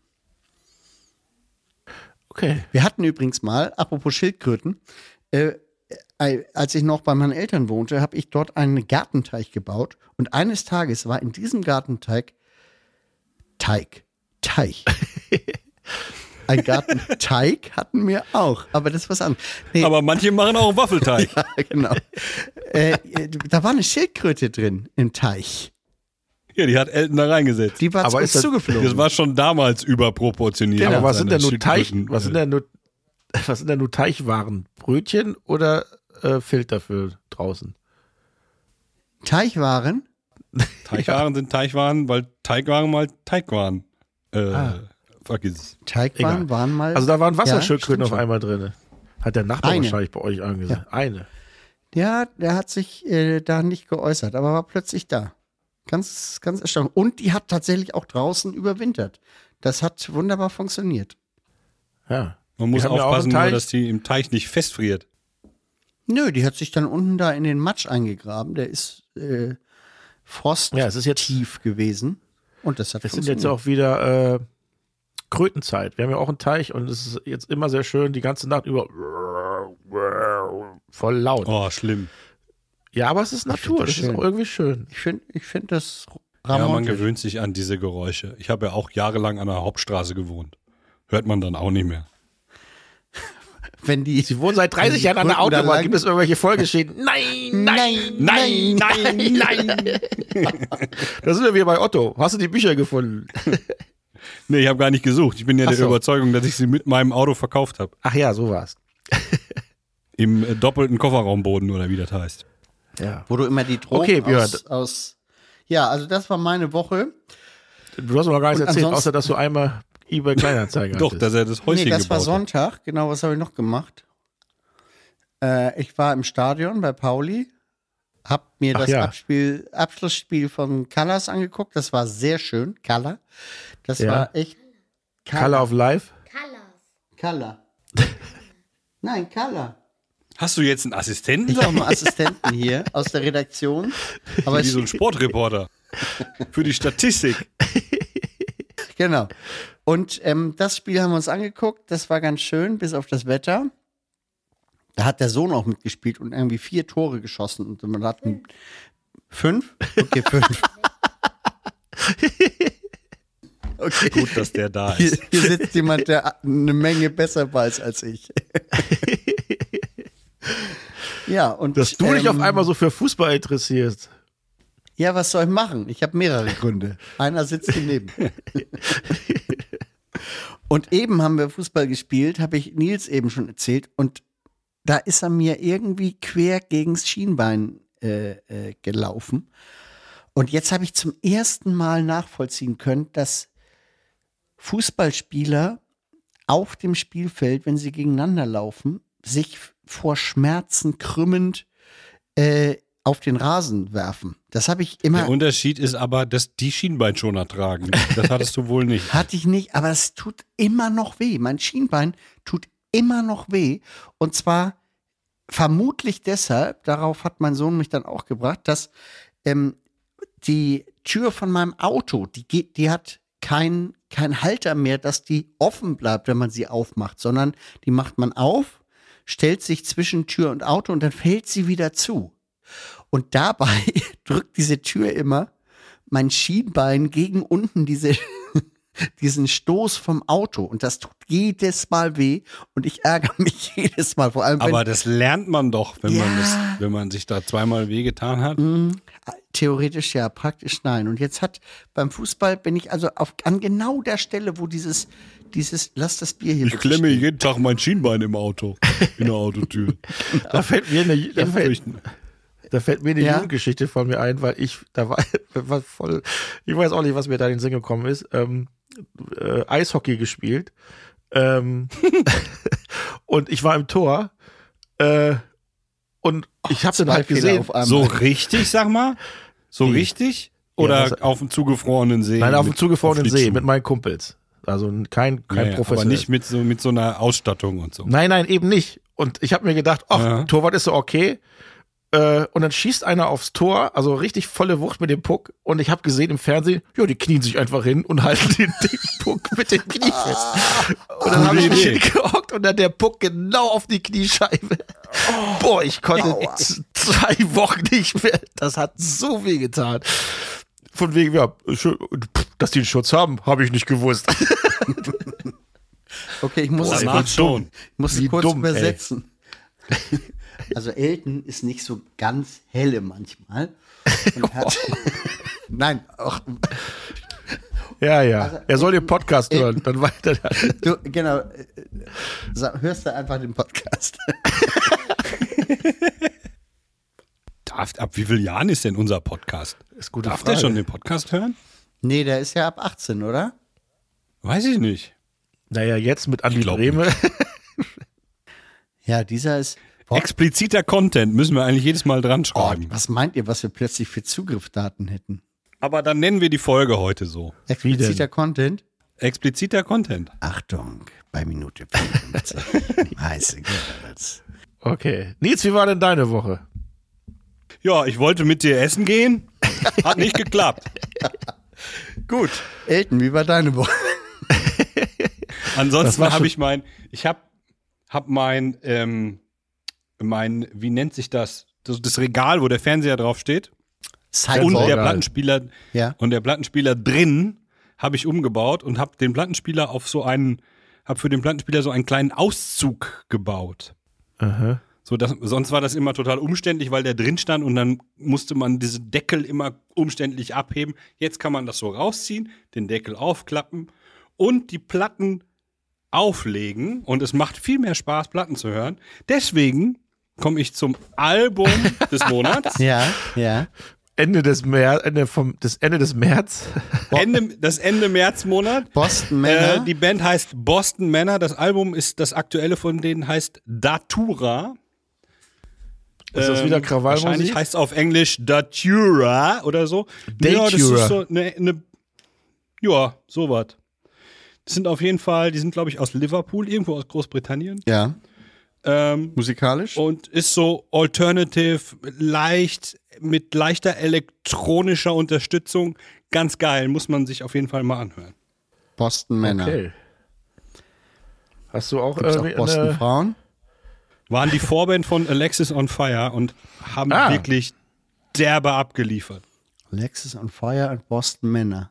Okay. Wir hatten übrigens mal, apropos Schildkröten, äh, äh, als ich noch bei meinen Eltern wohnte, habe ich dort einen Gartenteich gebaut. Und eines Tages war in diesem Gartenteig Teig, Teich. Ein Gartenteig hatten wir auch, aber das ist was anderes. Nee, Aber manche machen auch Waffelteig. ja, genau. äh, da war eine Schildkröte drin im Teich. Ja, die hat Elton da reingesetzt. Die war Aber zu uns ist das- zugeflogen. Das war schon damals überproportioniert. Genau. Aber was sind Seine denn nur Teich, Schildkröten, was sind äh, denn nur, was sind denn nur Teichwaren? Brötchen oder äh, Filter für draußen? Teichwaren? Teichwaren sind Teichwaren, weil Teigwaren mal Teigwaren. Äh, Ah. Vergiss es. Teigwaren Egal. waren mal. Also da waren Wasserschildkröten Ja, auf stimmt einmal drin. Hat der Nachbar Eine. wahrscheinlich bei euch angesagt. Eine. Ja, der hat sich äh, da nicht geäußert, aber war plötzlich da. Ganz, ganz erstaunlich. Und die hat tatsächlich auch draußen überwintert. Das hat wunderbar funktioniert. Ja. Man muss Wir haben ja auch aufpassen, einen nur, Teich. dass die im Teich nicht festfriert. Nö, die hat sich dann unten da in den Matsch eingegraben. Der ist äh, frosttief Ja, es ist jetzt, gewesen. Und das hat es sind funktioniert. jetzt auch wieder äh, Krötenzeit. Wir haben ja auch einen Teich und es ist jetzt immer sehr schön, die ganze Nacht über voll laut. Oh, schlimm. Ja, aber es ist Natur, das das ist schön. auch irgendwie schön. Ich finde ich find das Ja, man romantisch. gewöhnt sich an diese Geräusche. Ich habe ja auch jahrelang an der Hauptstraße gewohnt. Hört man dann auch nicht mehr. Wenn die, Sie wohnen seit dreißig die Jahren an der Kröten da Autobahn. lang- Gibt es irgendwelche Folgeschäden? Nein, nein, Nein, nein, nein, nein. Da sind wir wieder bei Otto. Hast du die Bücher gefunden? Nee, ich habe gar nicht gesucht. Ich bin ja Ach der so. Überzeugung, dass ich sie mit meinem Auto verkauft habe. Ach ja, so war's. Im äh, doppelten Kofferraumboden oder wie das heißt. Ja. wo du immer die Drogen Okay, Björn. aus, aus. Ja, also das war meine Woche. Du hast noch gar nichts Und erzählt, ansonsten- außer dass du einmal eBay Kleinanzeigen Doch, hattest. dass er das Häuschen Nee, das war gebaut hat. Sonntag. Genau, was habe ich noch gemacht? Äh, ich war im Stadion bei Pauli, hab mir Ach das ja. Abspiel, Abschlussspiel von Colors angeguckt. Das war sehr schön. Color. Das Ja. war echt. Color of Life. Color. Nein, Color. Hast du jetzt einen Assistenten? Ich habe einen Assistenten hier aus der Redaktion. Aber Wie ich, so ein Sportreporter. Für die Statistik. genau. Und ähm, das Spiel haben wir uns angeguckt. Das war ganz schön, bis auf das Wetter. Da hat der Sohn auch mitgespielt und irgendwie vier Tore geschossen. Und man hat ein, fünf? Okay, fünf. Okay. Gut, dass der da Hier, ist. hier sitzt jemand, der eine Menge besser weiß als ich. Ja, und Dass du dich ähm, auf einmal so für Fußball interessierst. Ja, was soll ich machen? Ich habe mehrere Gründe. Einer sitzt hier neben. Und eben haben wir Fußball gespielt, habe ich Nils eben schon erzählt. Und da ist er mir irgendwie quer gegens Schienbein äh, äh, gelaufen. Und jetzt habe ich zum ersten Mal nachvollziehen können, dass Fußballspieler auf dem Spielfeld, wenn sie gegeneinander laufen, sich vor Schmerzen krümmend äh, auf den Rasen werfen. Das habe ich immer. Der Unterschied ist aber, dass die Schienbeinschoner tragen. Das hattest du wohl nicht. Hatte ich nicht, aber es tut immer noch weh. Mein Schienbein tut immer noch weh. Und zwar vermutlich deshalb, darauf hat mein Sohn mich dann auch gebracht, dass ähm, die Tür von meinem Auto, die geht, die hat kein, kein Halter mehr, dass die offen bleibt, wenn man sie aufmacht, sondern die macht man auf, stellt sich zwischen Tür und Auto und dann fällt sie wieder zu. Und dabei drückt diese Tür immer mein Schienbein gegen unten diese, diesen Stoß vom Auto. Und das tut jedes Mal weh. Und ich ärgere mich jedes Mal. Vor allem, wenn, Aber das lernt man doch, wenn, Ja. man das, wenn man sich da zweimal wehgetan hat. theoretisch ja, praktisch nein. Und jetzt hat beim Fußball bin ich also auf, an genau der Stelle, wo dieses, dieses, lass das Bier hier Ich bitte klemme stehen. jeden Tag mein Schienbein im Auto, in der Autotür. Da fällt mir eine, da fällt, da fällt mir eine Ja. Jugendgeschichte von mir ein, weil ich, da war, war voll, ich weiß auch nicht, was mir da in den Sinn gekommen ist, ähm, äh, Eishockey gespielt, ähm, und ich war im Tor, äh, und ich habe dann Zwei halt Fehler gesehen, auf einmal. So richtig, sag mal? So Wie? richtig? Oder das- auf dem zugefrorenen See? nein, auf dem mit- zugefrorenen auf See Schlittschuhen? mit meinen Kumpels. Also kein, kein Ja, ja, Professor. aber nicht mit so, mit so einer Ausstattung und so. Nein, nein, eben nicht. Und ich habe mir gedacht, ach, Ja. Torwart ist so okay. Äh, und dann schießt einer aufs Tor, also richtig volle Wucht mit dem Puck. Und ich habe gesehen im Fernsehen, ja, die knien sich einfach hin und halten den, den Puck mit dem Knie fest. Und dann habe ich mich Idee. hingehockt und dann der Puck genau auf die Kniescheibe. Boah, ich konnte z- zwei Wochen nicht mehr. Das hat so weh getan. Von wegen, ja, schön, dass die einen Schutz haben, habe ich nicht gewusst. Okay, ich muss es Danach kurz, schon. ich muss es Wie kurz dumm, ey. übersetzen. Also Elton ist nicht so ganz helle manchmal. Und hat, nein, auch, Ja, ja. Er soll den Podcast äh, hören, dann weiter. du, genau, äh, sag- hörst du einfach den Podcast. Darf, ab wie vielen Jahren ist denn unser Podcast? Ist gute Darf Frage. der schon den Podcast hören? Nee, der ist ja ab achtzehn, oder? Weiß ich nicht. Naja, jetzt mit Andi glaub Brehme. Ja, dieser ist. Boah, Expliziter Content müssen wir eigentlich jedes Mal dran oh, schreiben. was meint ihr, was wir plötzlich für Zugriffsdaten hätten? Aber dann nennen wir die Folge heute so. Expliziter Content? Expliziter Content. Achtung, bei Minute fünfundfünfzig. Heiße Girls. Okay. Nils, wie war denn deine Woche? Ja, ich wollte mit dir essen gehen. Hat nicht geklappt. Gut. Elton, wie war deine Woche? Ansonsten war habe schon- ich mein, ich habe hab mein, ähm, mein, wie nennt sich das? das? Das Regal, wo der Fernseher drauf steht. Und Sideboard. der geil. Plattenspieler, Ja. und der Plattenspieler drin habe ich umgebaut und habe den Plattenspieler auf so einen, habe für den Plattenspieler so einen kleinen Auszug gebaut. Aha. So, das, sonst war das immer total umständlich, weil der drin stand und dann musste man diese Deckel immer umständlich abheben. Jetzt kann man das so rausziehen, den Deckel aufklappen und die Platten auflegen und es macht viel mehr Spaß, Platten zu hören. Deswegen komme ich zum Album des Monats. Ja, ja. Ende des März, Ende vom, das Ende des März. Ende, das Ende Märzmonat. Boston Manor. Äh, die Band heißt Boston Manor. Das Album ist, das aktuelle von denen heißt Datura. Ist das wieder Ähm, Krawallmusik? Wahrscheinlich heißt es auf Englisch Datura oder so. Ja, das Datura. ist so eine, eine ja, sowas. Das sind auf jeden Fall, die sind glaube ich aus Liverpool, irgendwo aus Großbritannien. Ja, Ähm, musikalisch. und ist so alternative, leicht, mit leichter elektronischer Unterstützung. Ganz geil, muss man sich auf jeden Fall mal anhören. Boston Manor. Okay. Hast du auch, Gibt's äh, auch Boston eine, Frauen? Waren die Vorband von Alexis on Fire und haben Ah. wirklich derbe abgeliefert. Alexis on Fire und Boston Manor.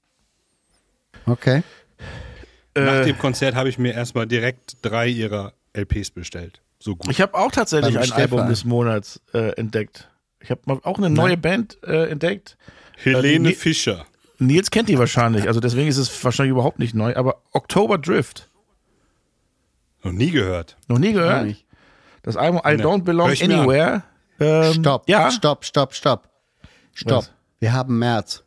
Okay. Nach äh, dem Konzert habe ich mir erstmal direkt drei ihrer L Ps bestellt. So gut. ich habe auch tatsächlich Beim ein Stefan. Album des Monats äh, entdeckt. Ich habe mal auch eine neue Band äh, entdeckt. Helene äh, die- Fischer. Nils kennt die wahrscheinlich, also deswegen ist es wahrscheinlich überhaupt nicht neu, aber October Drift. Noch nie gehört. Noch nie Gar gehört? nicht. Das Album I Nee. Don't Belong Hör ich mir an. Anywhere. Ähm, Stopp, Ja, stopp, stopp, stopp. Stopp. Was? Wir haben März.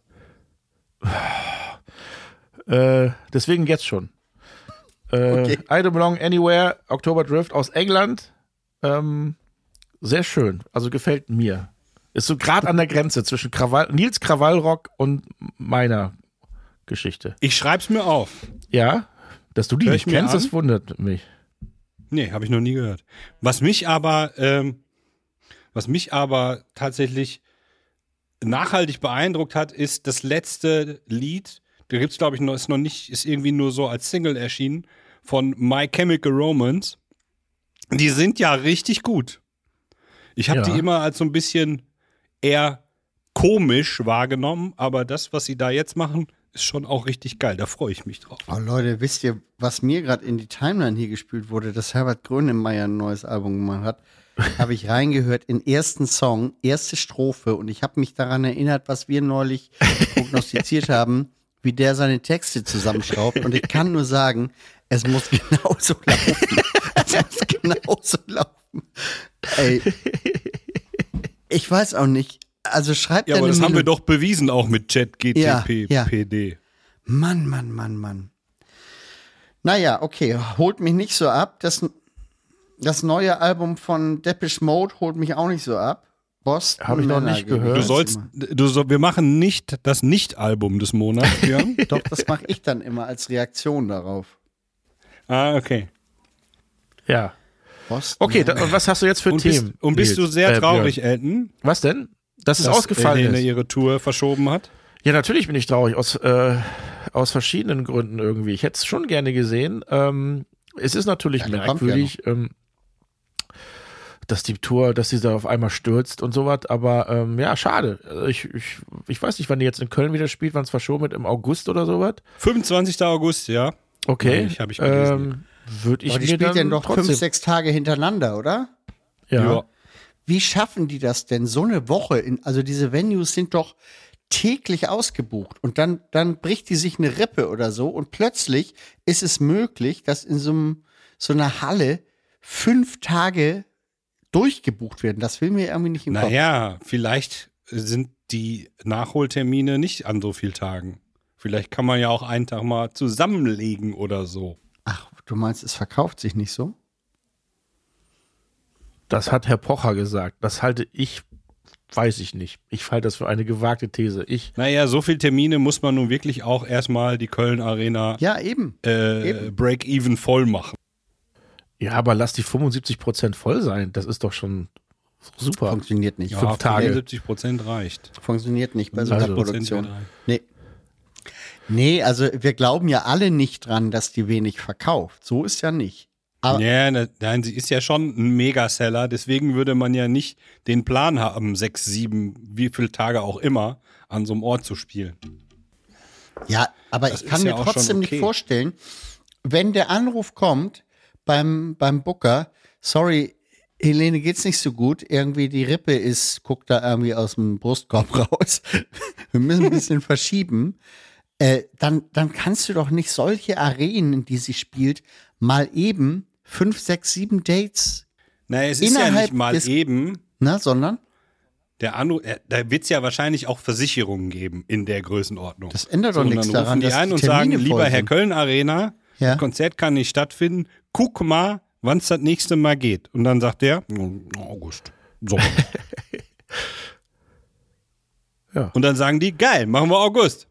äh, deswegen jetzt schon. Äh, Okay. I Don't Belong Anywhere, October Drift aus England. Ähm, sehr schön, also gefällt mir. Ist so gerade an der Grenze zwischen Krawall, Nils Krawallrock und meiner Geschichte. Ich schreib's mir auf. Ja, dass du die Hör nicht ich mir kennst, an? das wundert mich. Nee, habe ich noch nie gehört. Was mich aber, ähm, was mich aber tatsächlich nachhaltig beeindruckt hat, ist das letzte Lied. Da gibt's glaube ich noch, ist noch nicht, ist irgendwie nur so als Single erschienen von My Chemical Romance. Die sind ja richtig gut. Ich habe Ja. die immer als so ein bisschen eher komisch wahrgenommen, aber das, was sie da jetzt machen, ist schon auch richtig geil. Da freue ich mich drauf. Oh Leute, wisst ihr, was mir gerade in die Timeline hier gespielt wurde, dass Herbert Grönemeyer ein neues Album gemacht hat, habe ich reingehört in ersten Song, erste Strophe und ich habe mich daran erinnert, was wir neulich prognostiziert haben, wie der seine Texte zusammenschraubt und ich kann nur sagen, es muss genauso laufen. Es muss genauso laufen. Ey. Ich weiß auch nicht. Also schreibt Ja, er aber eine das haben wir Melo- doch bewiesen auch mit ChatGTP Ja, ja. P D. Mann, Mann, Mann, Mann. Naja, okay, holt mich nicht so ab. Das, das neue Album von Depeche Mode holt mich auch nicht so ab. Boston Hab ich noch Manor nicht gebe ich gehört. Du jetzt sollst, immer. du soll, wir machen nicht das Nicht-Album des Monats, Björn. Doch, das mache ich dann immer als Reaktion darauf. Ah, okay. Ja. Boston Okay, da, Manor. und was hast du jetzt für Und bist, Themen? und bist du Nils? sehr Äh, traurig, Björn? Elton, Was denn? Dass es dass ausgefallen Helene ist. ihre Tour verschoben hat? Ja, natürlich bin ich traurig, aus, äh, aus verschiedenen Gründen irgendwie. Ich hätte es schon gerne gesehen. Ähm, es ist natürlich Ja, der kommt merkwürdig, ähm, dass die Tour, dass sie da auf einmal stürzt und sowas, aber ähm, ja, schade. Also Ich, ich, ich weiß nicht, wann die jetzt in Köln wieder spielt, wann es verschoben wird, im August oder sowas. fünfundzwanzigsten August, ja. Okay. Meine ich, hab ich gelesen. ähm, Würde ich Aber die mir spielt dann ja doch trotzdem, fünf, sechs Tage hintereinander, oder? ja. Wie schaffen die das denn? So eine Woche, in, also diese Venues sind doch täglich ausgebucht und dann, dann bricht die sich eine Rippe oder so und plötzlich ist es möglich, dass in so, einem, so einer Halle fünf Tage durchgebucht werden. Das will mir irgendwie nicht im Kopf. Naja, vielleicht sind die Nachholtermine nicht an so vielen Tagen. Vielleicht kann man ja auch einen Tag mal zusammenlegen oder so. Ach, du meinst, es verkauft sich nicht so? Das hat Herr Pocher gesagt. Das halte ich, weiß ich nicht. Ich halte das für eine gewagte These. Ich, Naja, so viele Termine muss man nun wirklich auch erstmal die Köln Arena Ja, eben. äh, eben. Break-Even voll machen. ja, aber lass die fünfundsiebzig Prozent voll sein. Das ist doch schon super. Funktioniert nicht. Fünf Tage. fünfundsiebzig Prozent reicht. Funktioniert nicht bei so einer Also- Produktion. Prozent Nee. Nee, also wir glauben ja alle nicht dran, dass die wenig verkauft. So ist ja nicht. Aber Ja, ne, nein, sie ist ja schon ein Megaseller, deswegen würde man ja nicht den Plan haben, sechs, sieben, wie viele Tage auch immer, an so einem Ort zu spielen. Ja, aber Das ich kann ist mir ja auch trotzdem schon nicht okay. vorstellen, wenn der Anruf kommt beim, beim Booker, sorry, Helene geht's nicht so gut, irgendwie die Rippe ist, guckt da irgendwie aus dem Brustkorb raus, wir müssen ein bisschen verschieben, äh, dann, dann kannst du doch nicht solche Arenen, in die sie spielt, mal eben fünf, sechs, sieben Dates, Naja, es ist ja Innerhalb nicht mal des- eben, na, sondern? Der Anruf, äh, da wird es ja wahrscheinlich auch Versicherungen geben in der Größenordnung. Das ändert doch und nichts dann rufen daran, die dass ein die und sagen, Termine lieber voll Herr sind. Köln Arena, Ja. das Konzert kann nicht stattfinden, guck mal, wann es das nächste Mal geht. Und dann sagt der, August, Sommer. Ja. Und dann sagen die, geil, machen wir August.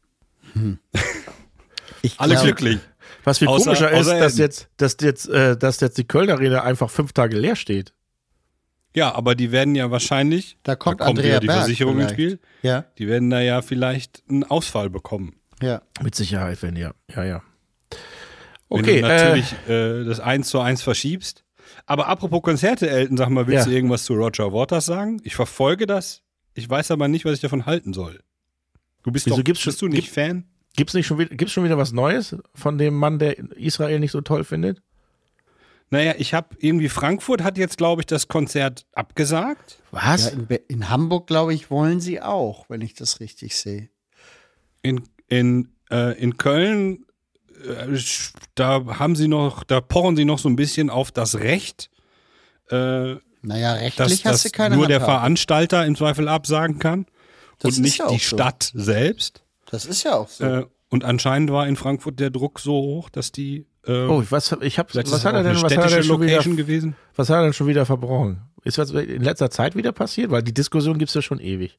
Ich Alle glaub, glücklich. Was viel Außer- komischer ist, außer dass Elben. jetzt, dass jetzt, äh, dass jetzt die Köln Arena einfach fünf Tage leer steht. Ja, aber die werden ja wahrscheinlich, Da kommt da kommt Andrea wieder die Berg Versicherung ins vielleicht. Spiel, Ja, die werden da ja vielleicht einen Ausfall bekommen. ja. Mit Sicherheit, wenn ja. Ja, ja. Wenn Okay, du natürlich äh, das eins zu eins verschiebst. Aber apropos Konzerte, Elton, sag mal, willst Ja. du irgendwas zu Roger Waters sagen? Ich verfolge das, ich weiß aber nicht, was ich davon halten soll. Du bist Wieso doch, gibt's bist schon- du nicht gibt- Fan? Gibt's nicht schon wieder, gibt's schon wieder was Neues von dem Mann, der Israel nicht so toll findet? Naja, ich habe irgendwie, Frankfurt hat jetzt, glaube ich, das Konzert abgesagt. Was? ja in, Be- in Hamburg, glaube ich, wollen sie auch, wenn ich das richtig sehe. In, in, äh, in Köln, äh, da haben sie noch, da pochen sie noch so ein bisschen auf das Recht, äh, Naja, dass, rechtlich hast dass du keine nur der Handhabe. Veranstalter im Zweifel absagen kann Das und ist nicht ja auch die so. Stadt selbst. Das ist ja auch so. Äh, und anscheinend war in Frankfurt der Druck so hoch, dass die. Äh, Oh, was, ich hab, vielleicht ist was es hat auch er denn, eine was hat er denn städtische schon wieder, Location gewesen? was hat er denn schon wieder verbrochen? Ist was in letzter Zeit wieder passiert? Weil die Diskussion gibt's ja schon ewig.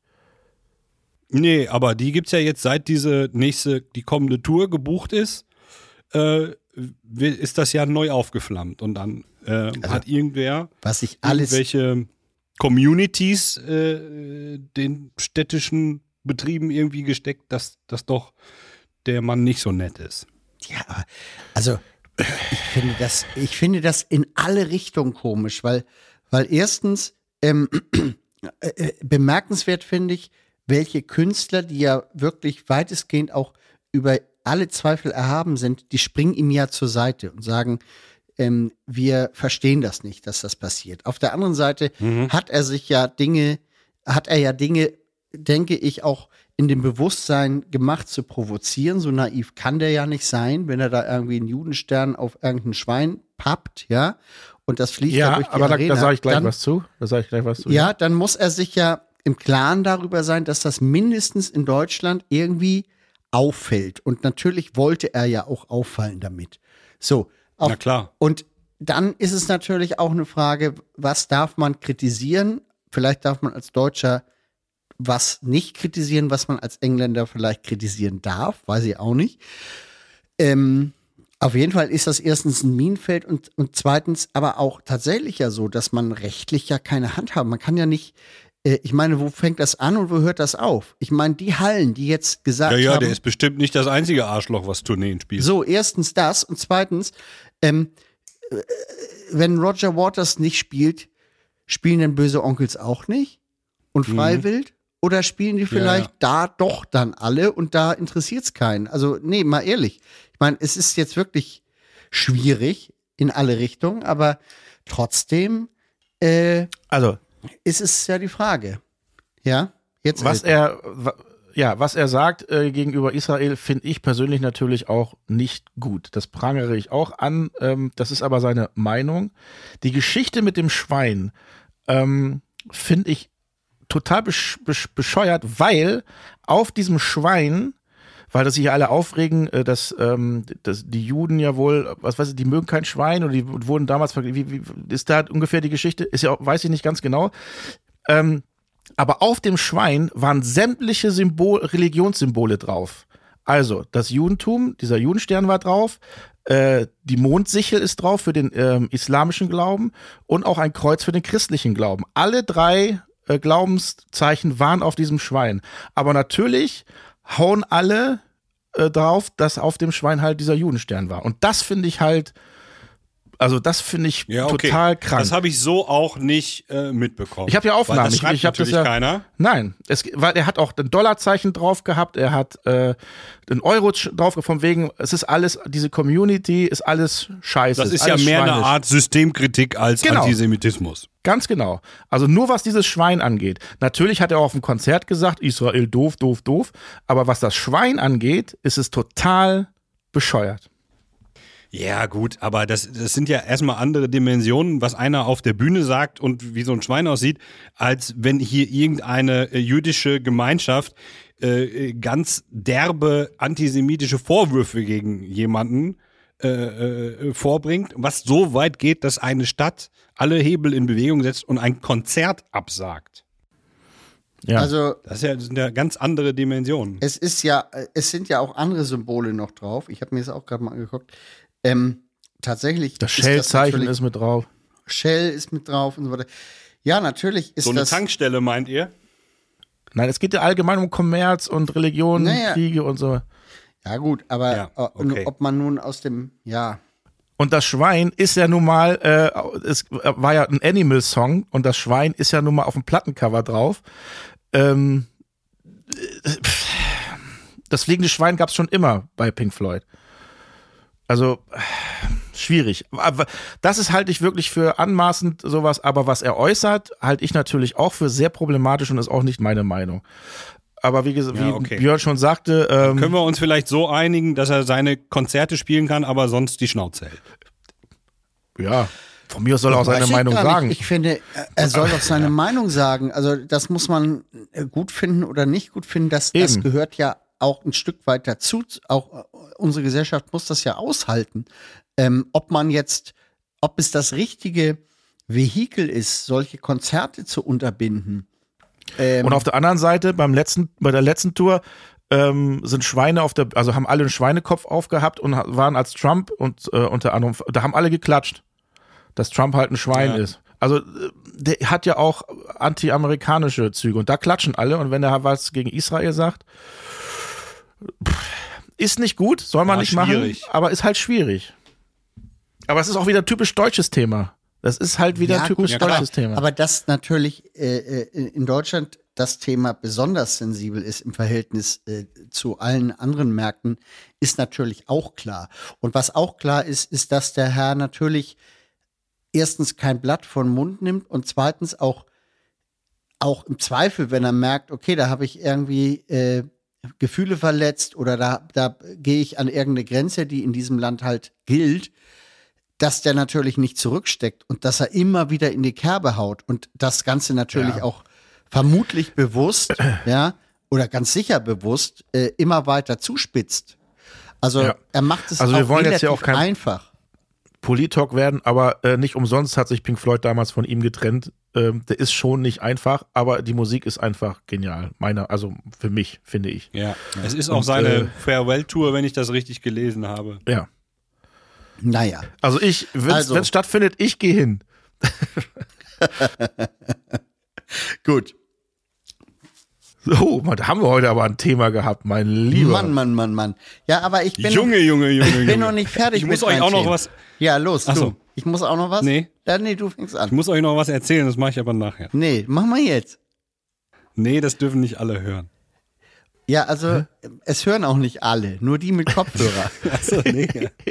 Nee, aber die gibt's ja jetzt, seit diese nächste, die kommende Tour gebucht ist, äh, ist das ja neu aufgeflammt. Und dann äh, hat irgendwer Was ich alles, irgendwelche Communities äh, den städtischen Betrieben irgendwie gesteckt, dass das doch der Mann nicht so nett ist. ja, aber, also ich finde das, ich finde das in alle Richtungen komisch, weil, weil erstens ähm, äh, äh, bemerkenswert finde ich, welche Künstler, die ja wirklich weitestgehend auch über alle Zweifel erhaben sind, die springen ihm ja zur Seite und sagen, ähm, wir verstehen das nicht, dass das passiert. Auf der anderen Seite hat er sich ja Dinge, hat er ja Dinge, denke ich, auch in dem Bewusstsein gemacht zu provozieren. So naiv kann der ja nicht sein, wenn er da irgendwie einen Judenstern auf irgendein Schwein pappt, ja, und das fliegt ja, Ja, durch die aber da, Arena. da sage ich gleich dann, was zu. Da sage ich gleich was zu. Ja, dann muss er sich ja im Klaren darüber sein, dass das mindestens in Deutschland irgendwie auffällt. Und natürlich wollte er ja auch auffallen damit. So. Auf, Na klar. Und dann ist es natürlich auch eine Frage, was darf man kritisieren? Vielleicht darf man als Deutscher was nicht kritisieren, was man als Engländer vielleicht kritisieren darf, weiß ich auch nicht. Ähm, auf jeden Fall ist das erstens ein Minenfeld und, und zweitens aber auch tatsächlich ja so, dass man rechtlich ja keine Hand hat. Man kann ja nicht, äh, ich meine, wo fängt das an und wo hört das auf? Ich meine, die Hallen, die jetzt gesagt Ja, ja, haben, der ist bestimmt nicht das einzige Arschloch, was Tourneen spielt. so, erstens das und zweitens, ähm, äh, wenn Roger Waters nicht spielt, spielen denn Böse Onkels auch nicht? Und Freiwild? Oder spielen die vielleicht Mhm. ja. da doch dann alle und da interessiert es keinen? Also, nee, mal ehrlich. Ich meine, es ist jetzt wirklich schwierig in alle Richtungen, aber trotzdem äh, Also, ist es ja die Frage. Ja, jetzt was Elton. er, wa- ja, was er sagt äh, gegenüber Israel, finde ich persönlich natürlich auch nicht gut. Das prangere ich auch an. Ähm, das ist aber seine Meinung. Die Geschichte mit dem Schwein ähm, finde ich total besch besch bescheuert, weil auf diesem Schwein, weil das sich ja alle aufregen, äh, dass, ähm, dass die Juden ja wohl, was weiß ich, die mögen kein Schwein oder die wurden damals, ver- wie, wie ist da ungefähr die Geschichte? Ist ja, auch- weiß ich nicht ganz genau. Ähm, aber auf dem Schwein waren sämtliche Symbol, Religionssymbole drauf. Also das Judentum, dieser Judenstern war drauf, äh, die Mondsichel ist drauf für den ähm, islamischen Glauben und auch ein Kreuz für den christlichen Glauben. Alle drei äh, Glaubenszeichen waren auf diesem Schwein. Aber natürlich hauen alle äh, drauf, dass auf dem Schwein halt dieser Judenstern war. Und das finde ich halt, also das finde ich Ja, okay. total krank. Das habe ich so auch nicht äh, mitbekommen. Ich habe ja Aufnahmen. Weil das Ich- schreibt ich hab das natürlich ja- keiner. Nein, es, weil er hat auch ein Dollarzeichen drauf gehabt, er hat äh, ein Euro drauf, von wegen, es ist alles, diese Community ist alles scheiße. Das ist ja alles mehr eine schweinisch. Art Systemkritik als Genau. Antisemitismus. Ganz genau. Also nur was dieses Schwein angeht. Natürlich hat er auch auf dem Konzert gesagt, Israel doof, doof, doof. Aber was das Schwein angeht, ist es total bescheuert. Ja, gut, aber das, das sind ja erstmal andere Dimensionen, was einer auf der Bühne sagt und wie so ein Schwein aussieht, als wenn hier irgendeine äh, jüdische Gemeinschaft äh, ganz derbe antisemitische Vorwürfe gegen jemanden äh, äh, vorbringt, was so weit geht, dass eine Stadt alle Hebel in Bewegung setzt und ein Konzert absagt. Ja. Also Das, ist ja, das sind ja ganz andere Dimensionen. es ist ja, es sind ja auch andere Symbole noch drauf. Ich habe mir das auch gerade mal angeguckt. Ähm, tatsächlich. Das ist Shell-Zeichen natürlich- ist mit drauf. Shell ist mit drauf und so weiter. Ja, natürlich ist So eine das. Tankstelle, meint ihr? Nein, es geht ja allgemein um Kommerz und Religion, Naja. Kriege und so. Ja, gut, aber Ja, äh, okay. ob man nun aus dem, ja. Und das Schwein ist ja nun mal, äh, es war ja ein Animal-Song und das Schwein ist ja nun mal auf dem Plattencover drauf. Ähm, das fliegende Schwein gab es schon immer bei Pink Floyd. Also schwierig. Aber das ist halte ich wirklich für anmaßend sowas, aber was er äußert, halte ich natürlich auch für sehr problematisch und ist auch nicht meine Meinung. Aber wie gesagt, Ja, wie okay. Björn schon sagte, ähm, Können wir uns vielleicht so einigen, dass er seine Konzerte spielen kann, aber sonst die Schnauze hält? ja, von mir aus soll er auch seine Weiß ich Meinung gar nicht. sagen. Ich finde, er- er soll doch seine Meinung sagen. Also das muss man äh, gut finden oder nicht gut finden. Das, das Eben. gehört ja auch ein Stück weit dazu. Auch äh, unsere Gesellschaft muss das ja aushalten. Ähm, ob man jetzt, ob es das richtige Vehikel ist, solche Konzerte zu unterbinden. Ähm, Und auf der anderen Seite, beim letzten, bei der letzten Tour, ähm, sind Schweine auf der, also haben alle einen Schweinekopf aufgehabt und ha- waren als Trump und äh, unter anderem, da haben alle geklatscht, dass Trump halt ein Schwein Ja. ist. Also äh, der hat ja auch anti-amerikanische Züge und da klatschen alle und wenn er was gegen Israel sagt, pff, ist nicht gut, soll man Ja, nicht schwierig. machen, aber ist halt schwierig. Aber es ist auch wieder typisch deutsches Thema. Das ist halt wieder Ja, typisch gut, klar. deutsches Thema. Aber dass natürlich äh, äh, in Deutschland das Thema besonders sensibel ist im Verhältnis äh, zu allen anderen Märkten, ist natürlich auch klar. Und was auch klar ist, ist, dass der Herr natürlich erstens kein Blatt vor den Mund nimmt und zweitens auch, auch im Zweifel, wenn er merkt, okay, da habe ich irgendwie äh, Gefühle verletzt oder da, da gehe ich an irgendeine Grenze, die in diesem Land halt gilt, dass der natürlich nicht zurücksteckt und dass er immer wieder in die Kerbe haut und das Ganze natürlich Ja. auch vermutlich bewusst, ja, oder ganz sicher bewusst, äh, immer weiter zuspitzt. Also Ja. er macht es Also auch wir wollen jetzt relativ ja auch kein- einfach. Polit-Talk werden, aber äh, nicht umsonst hat sich Pink Floyd damals von ihm getrennt. Ähm, der ist schon nicht einfach, aber die Musik ist einfach genial. Meine, also für mich, finde ich. Ja. Es ist auch Und, seine äh, Farewell-Tour, wenn ich das richtig gelesen habe. Ja. Naja. Also ich, wenn es Also. stattfindet, ich gehe hin. Gut. So, Mann, da haben wir heute aber ein Thema gehabt, mein Lieber. Mann, Mann, Mann, Mann. Ja, aber ich bin Junge, noch, Junge, Junge, ich bin Junge. noch nicht fertig. Ich mit muss euch meinen auch noch Themen. was. Ja, los, Ach du. so. Ich muss auch noch was? Nee. Ja, nee, du fängst an. Ich muss euch noch was erzählen, das mache ich aber nachher. Nee, mach mal jetzt. Nee, das dürfen nicht alle hören. Ja, also es hören auch nicht alle, nur die mit Kopfhörer. Achso, nee.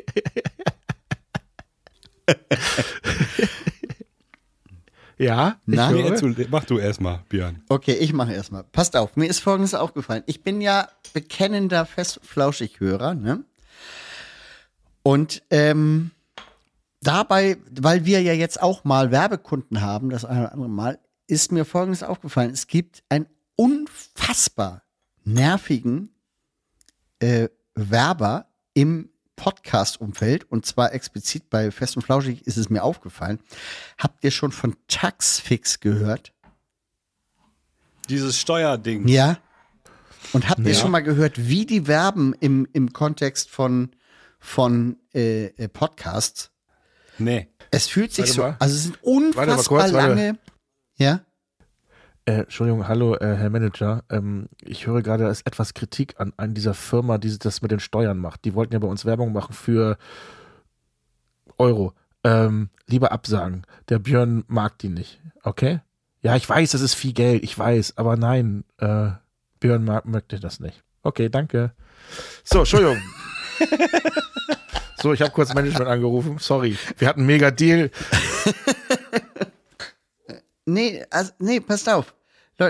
Ja, ich Na? Nee, höre. erzähl- mach du erstmal, Björn. Okay, ich mache erstmal. Passt auf, mir ist Folgendes aufgefallen. Ich bin ja bekennender Fest-Flauschig-Hörer, ne? Und ähm, dabei, weil wir ja jetzt auch mal Werbekunden haben, das eine oder andere Mal, ist mir Folgendes aufgefallen. Es gibt einen unfassbar nervigen äh, Werber im Podcast-Umfeld, und zwar explizit bei Fest und Flauschig ist es mir aufgefallen. Habt ihr schon von Taxfix gehört? Dieses Steuerding. Ja. Und habt ihr Ja. schon mal gehört, wie die werben im, im Kontext von, von äh, äh, Podcasts? Nee. Es fühlt sich Warte so, mal. also es sind Warte mal unfassbar kurz, warte. lange. Ja? Äh, Entschuldigung, hallo, äh, Herr Manager. Ähm, ich höre gerade, da ist etwas Kritik an, an dieser Firma, die das mit den Steuern macht. Die wollten ja bei uns Werbung machen für Euro. Ähm, lieber absagen. Der Björn mag die nicht. Okay? Ja, ich weiß, das ist viel Geld. Ich weiß, aber nein, äh, Björn mag, möchte das nicht. Okay, danke. So, Entschuldigung. So, ich habe kurz Management angerufen. Sorry. Wir hatten einen mega Deal. Nee, also, nee, passt auf. Leute,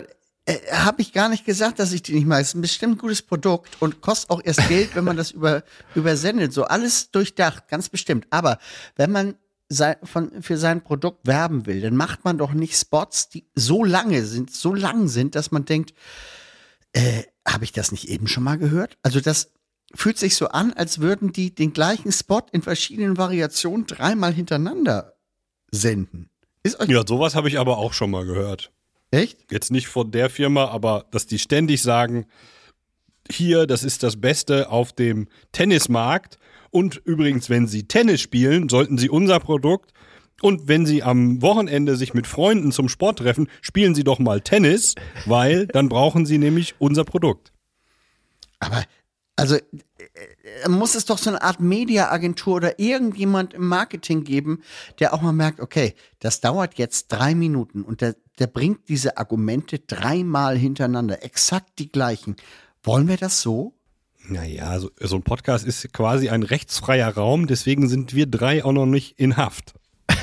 Äh, habe ich gar nicht gesagt, dass ich die nicht mag. Es ist ein bestimmt gutes Produkt und kostet auch erst Geld, wenn man das über, übersendet. So alles durchdacht, ganz bestimmt. Aber wenn man sein, von, für sein Produkt werben will, dann macht man doch nicht Spots, die so lange sind, so lang sind, dass man denkt, äh, habe ich das nicht eben schon mal gehört? Also das fühlt sich so an, als würden die den gleichen Spot in verschiedenen Variationen dreimal hintereinander senden. Ist euch Ja, sowas habe ich aber auch schon mal gehört. echt? Jetzt nicht von der Firma, aber dass die ständig sagen, hier, das ist das Beste auf dem Tennismarkt. Und übrigens, wenn Sie Tennis spielen, sollten Sie unser Produkt. Und wenn Sie am Wochenende sich mit Freunden zum Sport treffen, spielen Sie doch mal Tennis, weil dann brauchen Sie nämlich unser Produkt. Aber, also, äh, muss es doch so eine Art Mediaagentur oder irgendjemand im Marketing geben, der auch mal merkt, okay, das dauert jetzt drei Minuten und der, der bringt diese Argumente dreimal hintereinander, exakt die gleichen. Wollen wir das so? Naja, so, so ein Podcast ist quasi ein rechtsfreier Raum, deswegen sind wir drei auch noch nicht in Haft.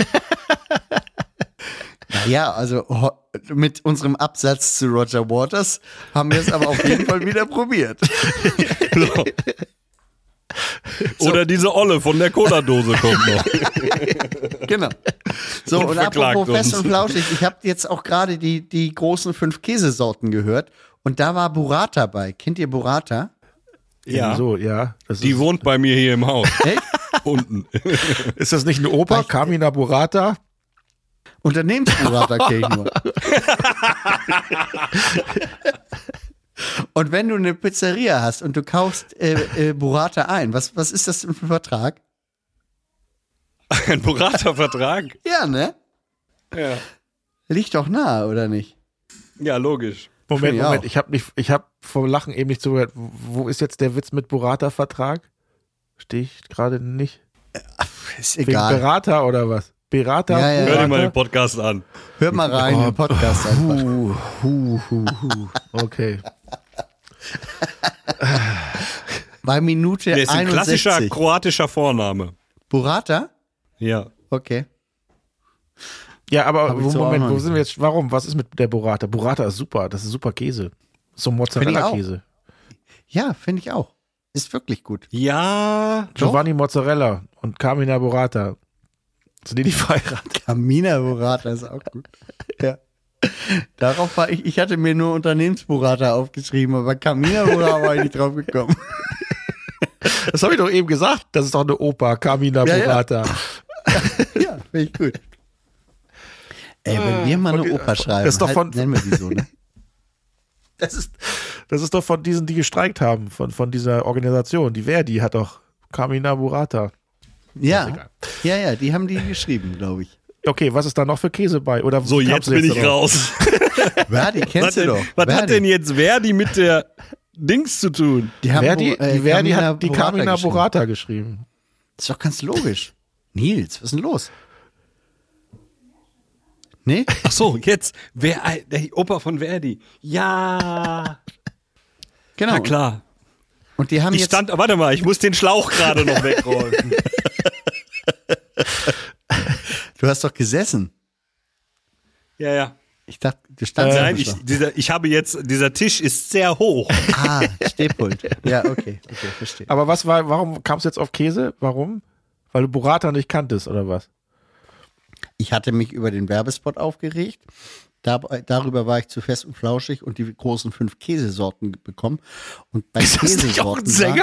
Naja, also ho- mit unserem Absatz zu Roger Waters haben wir es aber auf jeden Fall wieder probiert. So. Oder diese Olle von der Cola-Dose kommt noch. Genau. So, Und und, verklagt apropos fest uns. und flauschig, ich habe jetzt auch gerade die, die großen fünf Käsesorten gehört und da war Burrata bei. Kennt ihr Burrata? Ja, So, ja. Das die ist, wohnt bei mir hier im Haus. Echt? Unten. ist das nicht eine Oper? Carmina Burrata? Unternehmensburrata kenne ich nur. Und wenn du eine Pizzeria hast und du kaufst äh, äh, Burrata ein, was, was ist das denn für ein Vertrag? Ein Burrata-Vertrag? Ja, ne? Ja. Liegt doch nahe, oder nicht? Ja, logisch. Moment, Finde ich Moment, auch. ich habe nicht, ich habe vor Lachen eben nicht zugehört. Wo ist jetzt der Witz mit Burrata-Vertrag? Stehe ich gerade nicht? Ist Wegen egal. Berater oder was? Berater? Ja, ja. Hör dir mal den Burrata? Podcast an. Hört mal rein in den Podcast einfach. Huh, huh, huh, huh. Okay. Bei Minute Der ist ein klassischer einundsechzig. kroatischer Vorname. Burrata? Ja. Okay. Ja, aber Hab ich wo, so auch Moment, noch wo nicht sind wir jetzt? Warum? Was ist mit der Burrata? Burrata ist super. Das ist super Käse. So Mozzarella-Käse. Ja, finde ich auch. Ist wirklich gut. Ja. Giovanni Mozzarella und Carmina Burrata. Sind die die verheiratet? Camina Burrata ist auch gut. Ja. Darauf war ich, ich hatte mir nur Unternehmensburrata aufgeschrieben, aber Camina Burrata war ich nicht drauf gekommen. Das habe ich doch eben gesagt. Das ist doch eine Oper. Carmina Ja, ja. Burrata. Ja, finde ich gut. Ey, wenn wir mal eine Okay, Oper schreiben, das ist doch halt, von- nennen wir die so, ne? Das ist, das ist doch von diesen, die gestreikt haben, von, von dieser Organisation. Die Verdi hat doch Carmina Burrata. Ja, egal. ja, ja, die haben die geschrieben, glaube ich. Okay, was ist da noch für Käse bei? Oder So, wie jetzt kamst du bin ich darauf? raus. Verdi, Was, kennst du denn, doch. was Verdi. hat denn jetzt Verdi mit der Dings zu tun? Die, haben Verdi, Bo- äh, die Verdi Carmina hat die Burrata Carmina geschrieben. Burrata geschrieben. Das ist doch ganz logisch. Nils, was ist denn los? Nee? Ach so, jetzt. Wer, der Oper von Verdi. Ja. Genau. Na klar. Und die haben Ich jetzt stand, warte mal, ich muss den Schlauch gerade noch wegräumen. Du hast doch gesessen. Ja, ja. Ich dachte, du standst Nein, einfach ich, so. dieser, ich habe jetzt, dieser Tisch ist sehr hoch. Ah, Stehpult. Ja, okay, okay, verstehe. Aber was war, warum kamst du jetzt auf Käse? Warum? Weil du Burrata nicht kanntest, oder was? Ich hatte mich über den Werbespot aufgeregt. Da, darüber war ich zu fest und flauschig und die großen fünf Käsesorten bekommen. Und bei Ist das nicht auch ein Sänger?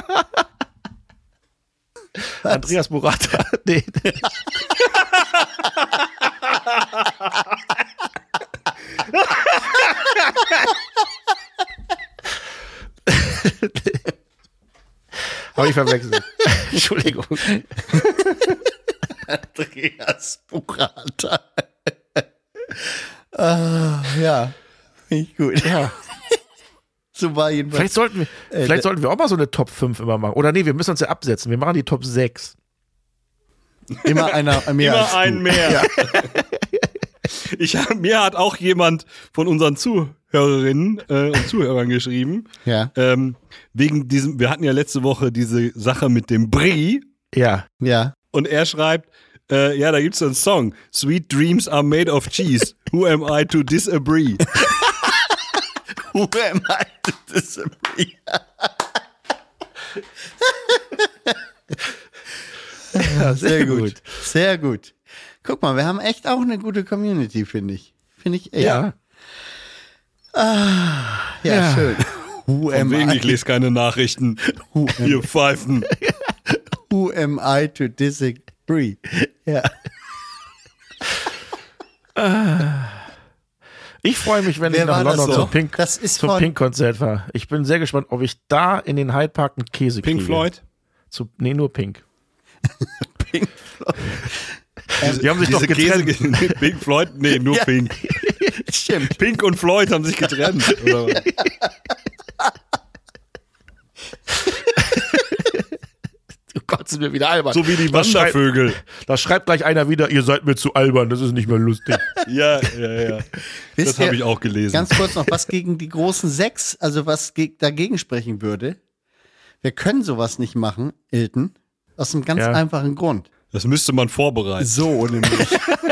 War, Andreas Burrata. Nee. Habe ich verwechselt. Entschuldigung. Andreas Burrata. ah, ja, finde ich gut. Ja. So war jedenfalls. Vielleicht sollten wir, Äh, vielleicht sollten wir auch mal so eine Top fünf immer machen. Oder nee, wir müssen uns ja absetzen. Wir machen die Top sechs. Immer einer mehr Immer als du. ein mehr. Ich, hab- mir hat auch jemand von unseren Zuhörerinnen äh, und Zuhörern geschrieben, Ja, ähm, wegen diesem, wir hatten ja letzte Woche diese Sache mit dem Brie Ja. ja. und er schreibt, äh, ja, da gibt's so einen Song, Sweet Dreams are made of cheese, who am I to disagree? Who am I to disagree? Ja, sehr gut. gut. Sehr gut. Guck mal, wir haben echt auch eine gute Community, finde ich. Finde ich echt. Ja. Ah, ja, ja, schön. Who Von wegen, ich lese keine Nachrichten. Who Ihr Pfeifen. Who am I to disagree? Ja. Ich freue mich, wenn Wer ich nach war das London so? zum Pink, Das ist zum von- Pink-Konzert fahre. Ich bin sehr gespannt, ob ich da in den Hyde Park einen Käse Pink kriege. Floyd? Zu, nee, nur Pink. Pink Floyd. Die haben sich doch Diese getrennt. Käse, Pink Floyd? Nee, nur Ja. Pink. Stimmt. Pink und Floyd haben sich getrennt. Oder was? Oh Gott, sind wir wieder albern. So wie die Das schreibt- Wandervögel. Da schreibt gleich einer wieder, ihr seid mir zu albern, das ist nicht mehr lustig. Ja, ja, ja. Wisst Das habe ihr- ich auch gelesen. Ganz kurz noch, was gegen die großen sechs, also was ge- dagegen sprechen würde. Wir können sowas nicht machen, Ilton, aus einem ganz Ja. einfachen Grund. Das müsste man vorbereiten. So nämlich.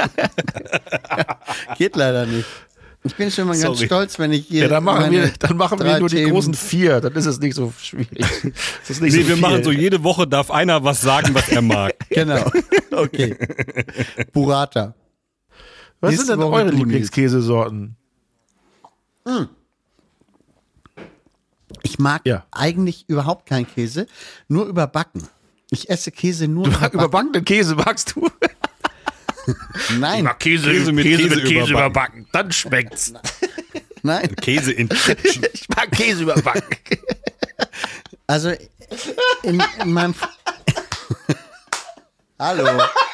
Geht leider nicht. Ich bin schon mal ganz Sorry. stolz, wenn ich hier. Ja, dann machen meine wir, dann machen wir drei nur die Themen- großen vier, dann ist es nicht so schwierig. Das ist nicht Nee, so wir viel. machen so, jede Woche darf einer was sagen, was er mag. Genau. Okay. Burrata. Was nächste sind denn Woche eure du, Nils. Lieblingskäsesorten? Ich mag Ja. eigentlich überhaupt keinen Käse, nur überbacken. Ich esse Käse nur überbacken. Überbackenen Käse magst du? Nein, Käse, Käse mit Käse überbacken. überbacken. Dann schmeckt's. nein. Käse in Ketchup. Ich mag Käse überbacken. Also in, in meinem. Hallo.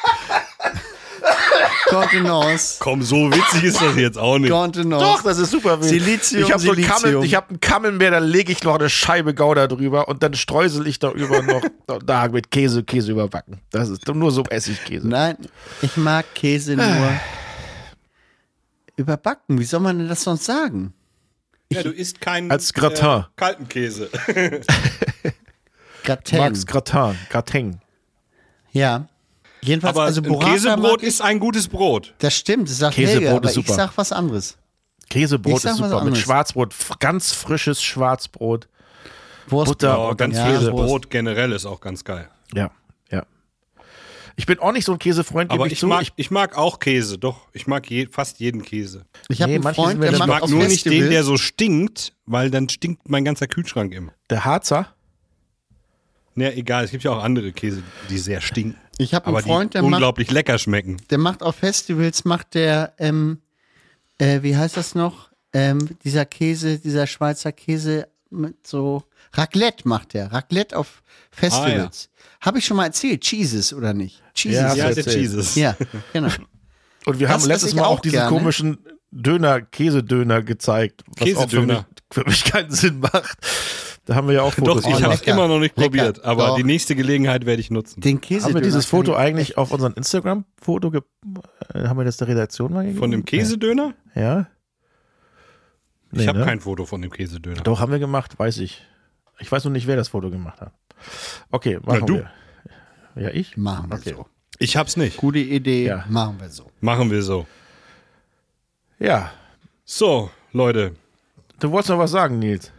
Contenance. Komm, so witzig ist das jetzt auch nicht. Contenance. Doch, das ist super wild. Silizium, ich habe so einen Silizium. Kammel, ich hab einen Camembert, da lege ich noch eine Scheibe Gouda drüber und dann streusel ich darüber noch da mit Käse, Käse überbacken. Das ist nur so Essigkäse. Nein, ich mag Käse nur überbacken. Wie soll man denn das sonst sagen? Ja, du isst keinen Als Gratin. Äh, kalten Käse. Gratin. Max Gratin, Gratin. Ja. Jedenfalls, Aber also ein Burrata Käsebrot mag ich, ist ein gutes Brot. das stimmt, das sagt Käsebrot Helge, aber ist ich super. sag was anderes. Käsebrot Ich sag ist was super. Mit anderes. Schwarzbrot, f- ganz frisches Schwarzbrot. Wurst, Butter Oh, und ganz ja, frisches Wurst. Brot generell ist auch ganz geil. Ja, ja. Ich bin auch nicht so ein Käsefreund, gebe Aber ich ich zu. mag, ich mag auch Käse, doch. Ich mag je, fast jeden Käse. Ich habe Nee, einen manche Freund, sind mir der das- Ich macht mag auf nur nicht den, Festivals- der so stinkt, weil dann stinkt mein ganzer Kühlschrank immer. Der Harzer? Naja, egal, es gibt ja auch andere Käse, die sehr stinken. Ich habe einen Aber Freund, die der macht, unglaublich lecker schmecken. der macht auf Festivals, macht der, ähm, äh, wie heißt das noch? Ähm, dieser Käse, dieser Schweizer Käse mit so Raclette macht der. Raclette auf Festivals. Habe ich schon mal erzählt, Cheeses oder nicht? Cheeses. Ja, Ja, hast der du erzählt. Jesus. Ja, genau. Und wir Das haben letztes esse ich Mal auch auch diesen gerne. komischen Döner, Käsedöner gezeigt. Was auch für mich, Käsedöner. für mich keinen Sinn macht. Da haben wir ja auch Doch, Fotos ich Oh, habe gemacht. es lecker. immer noch nicht Lecker. probiert, aber Doch. die nächste Gelegenheit werde ich nutzen. Den Käse. Haben wir dieses Foto eigentlich auf unseren Instagram-Foto, ge- äh, haben wir das der Redaktion mal gegeben? Von dem Käsedöner? Ja. Nee, Ich habe ne? kein Foto von dem Käsedöner. Doch, haben wir gemacht, weiß ich. Ich weiß nur nicht, wer das Foto gemacht hat. Okay, machen du. wir. Ja, ich? Machen wir Okay. so. Ich hab's nicht. Gute Idee, Ja. machen wir so. Machen wir so. Ja. So, Leute. Du wolltest noch was sagen, Nils?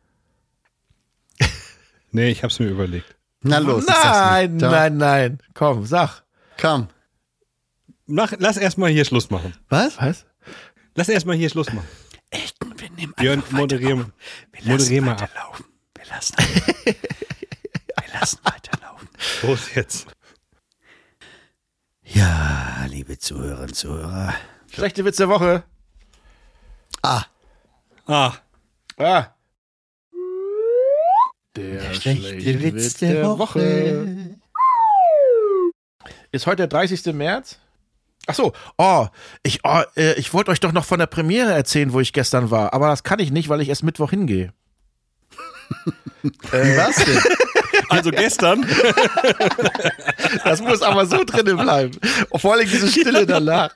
Nee, ich hab's mir überlegt. Na los. ich sag's Nein, nicht. Doch. nein, nein. Komm, sag. Komm. Mach, lass erstmal hier Schluss machen. Was? Was? Lass erstmal hier Schluss machen. Echt? Wir nehmen Björn, einfach moderier, weiterlaufen. Wir moderier lassen mal ab. weiterlaufen. Wir lassen, wir lassen weiterlaufen. Los jetzt. Ja, liebe Zuhörerinnen und Zuhörer. Schlechte Witz der Woche. Ah, Ah, Ah. Der, schlechte Witz der Woche. Ist heute der dreißigste März? Ach so, oh, ich, oh, äh, ich wollte euch doch noch von der Premiere erzählen, wo ich gestern war, aber das kann ich nicht, weil ich erst Mittwoch hingehe. Wie war's denn? also gestern. Das muss aber so drinnen bleiben. Vor allem diese Stille danach.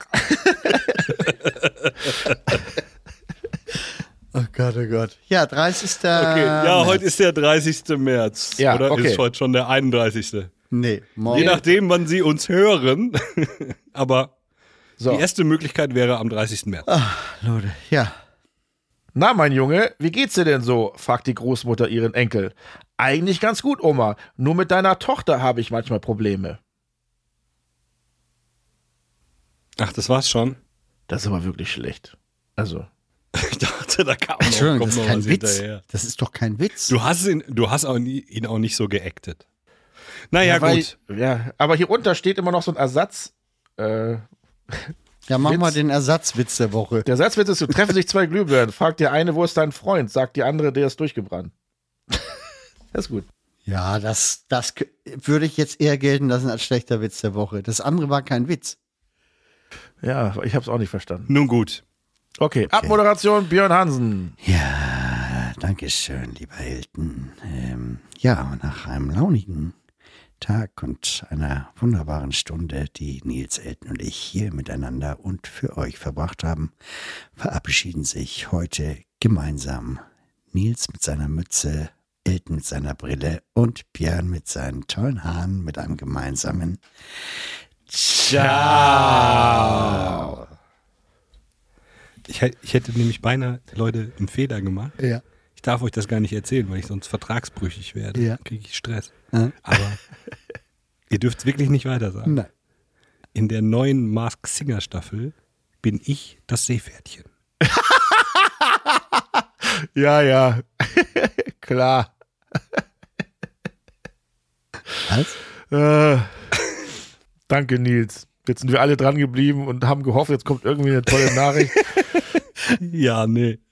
Oh Gott, oh Gott. Ja, dreißigster Okay, ja, heute ist der dreißigste März. Ja, Oder okay. ist heute schon der einunddreißigste Nee, morgen. Je nachdem, wann Sie uns hören. Aber So. die erste Möglichkeit wäre am dreißigsten März. Leute, ja. Na, mein Junge, wie geht's dir denn so? Fragt die Großmutter ihren Enkel. Eigentlich ganz gut, Oma. Nur mit deiner Tochter habe ich manchmal Probleme. Ach, das war's schon? Das ist aber wirklich schlecht. Also. Ich dachte, da kam noch, Entschuldigung, kommt das ist noch kein was Witz. hinterher. Das ist doch kein Witz. Du hast ihn, du hast auch nie, ihn auch nicht so geactet. Naja, Ja, weil- gut. Ja, aber hier unter steht immer noch so ein Ersatz. Äh, Ja, mach Witz. mal den Ersatzwitz der Woche. der Satzwitz ist so, treffen sich zwei Glühbirnen. Fragt der eine, wo ist dein Freund? Sagt die andere, der ist durchgebrannt. Das ist gut. Ja, das, das k- würde ich jetzt eher gelten lassen als schlechter Witz der Woche. Das andere war kein Witz. Ja, ich habe es auch nicht verstanden. Nun gut. Okay, Abmoderation Björn Hansen. Ja, danke schön, lieber Hilton. Ähm, ja, nach einem launigen Tag und einer wunderbaren Stunde, die Nils, Elton und ich hier miteinander und für euch verbracht haben, verabschieden sich heute gemeinsam Nils mit seiner Mütze, Elton mit seiner Brille und Björn mit seinen tollen Haaren mit einem gemeinsamen Ciao. Ich, hätt- ich hätte nämlich beinahe, Leute, einen Fehler gemacht. Ja. Ich darf euch das gar nicht erzählen, weil ich sonst vertragsbrüchig werde. Ja. Kriege ich Stress. Ja. Aber ihr dürft es wirklich nicht weiter sagen. Nein. In der neuen Masked Singer Staffel bin ich das Seepferdchen. Ja, ja. Klar. Was? Äh, danke, Nils. Jetzt sind wir alle dran geblieben und haben gehofft, jetzt kommt irgendwie eine tolle Nachricht. Ja, nee.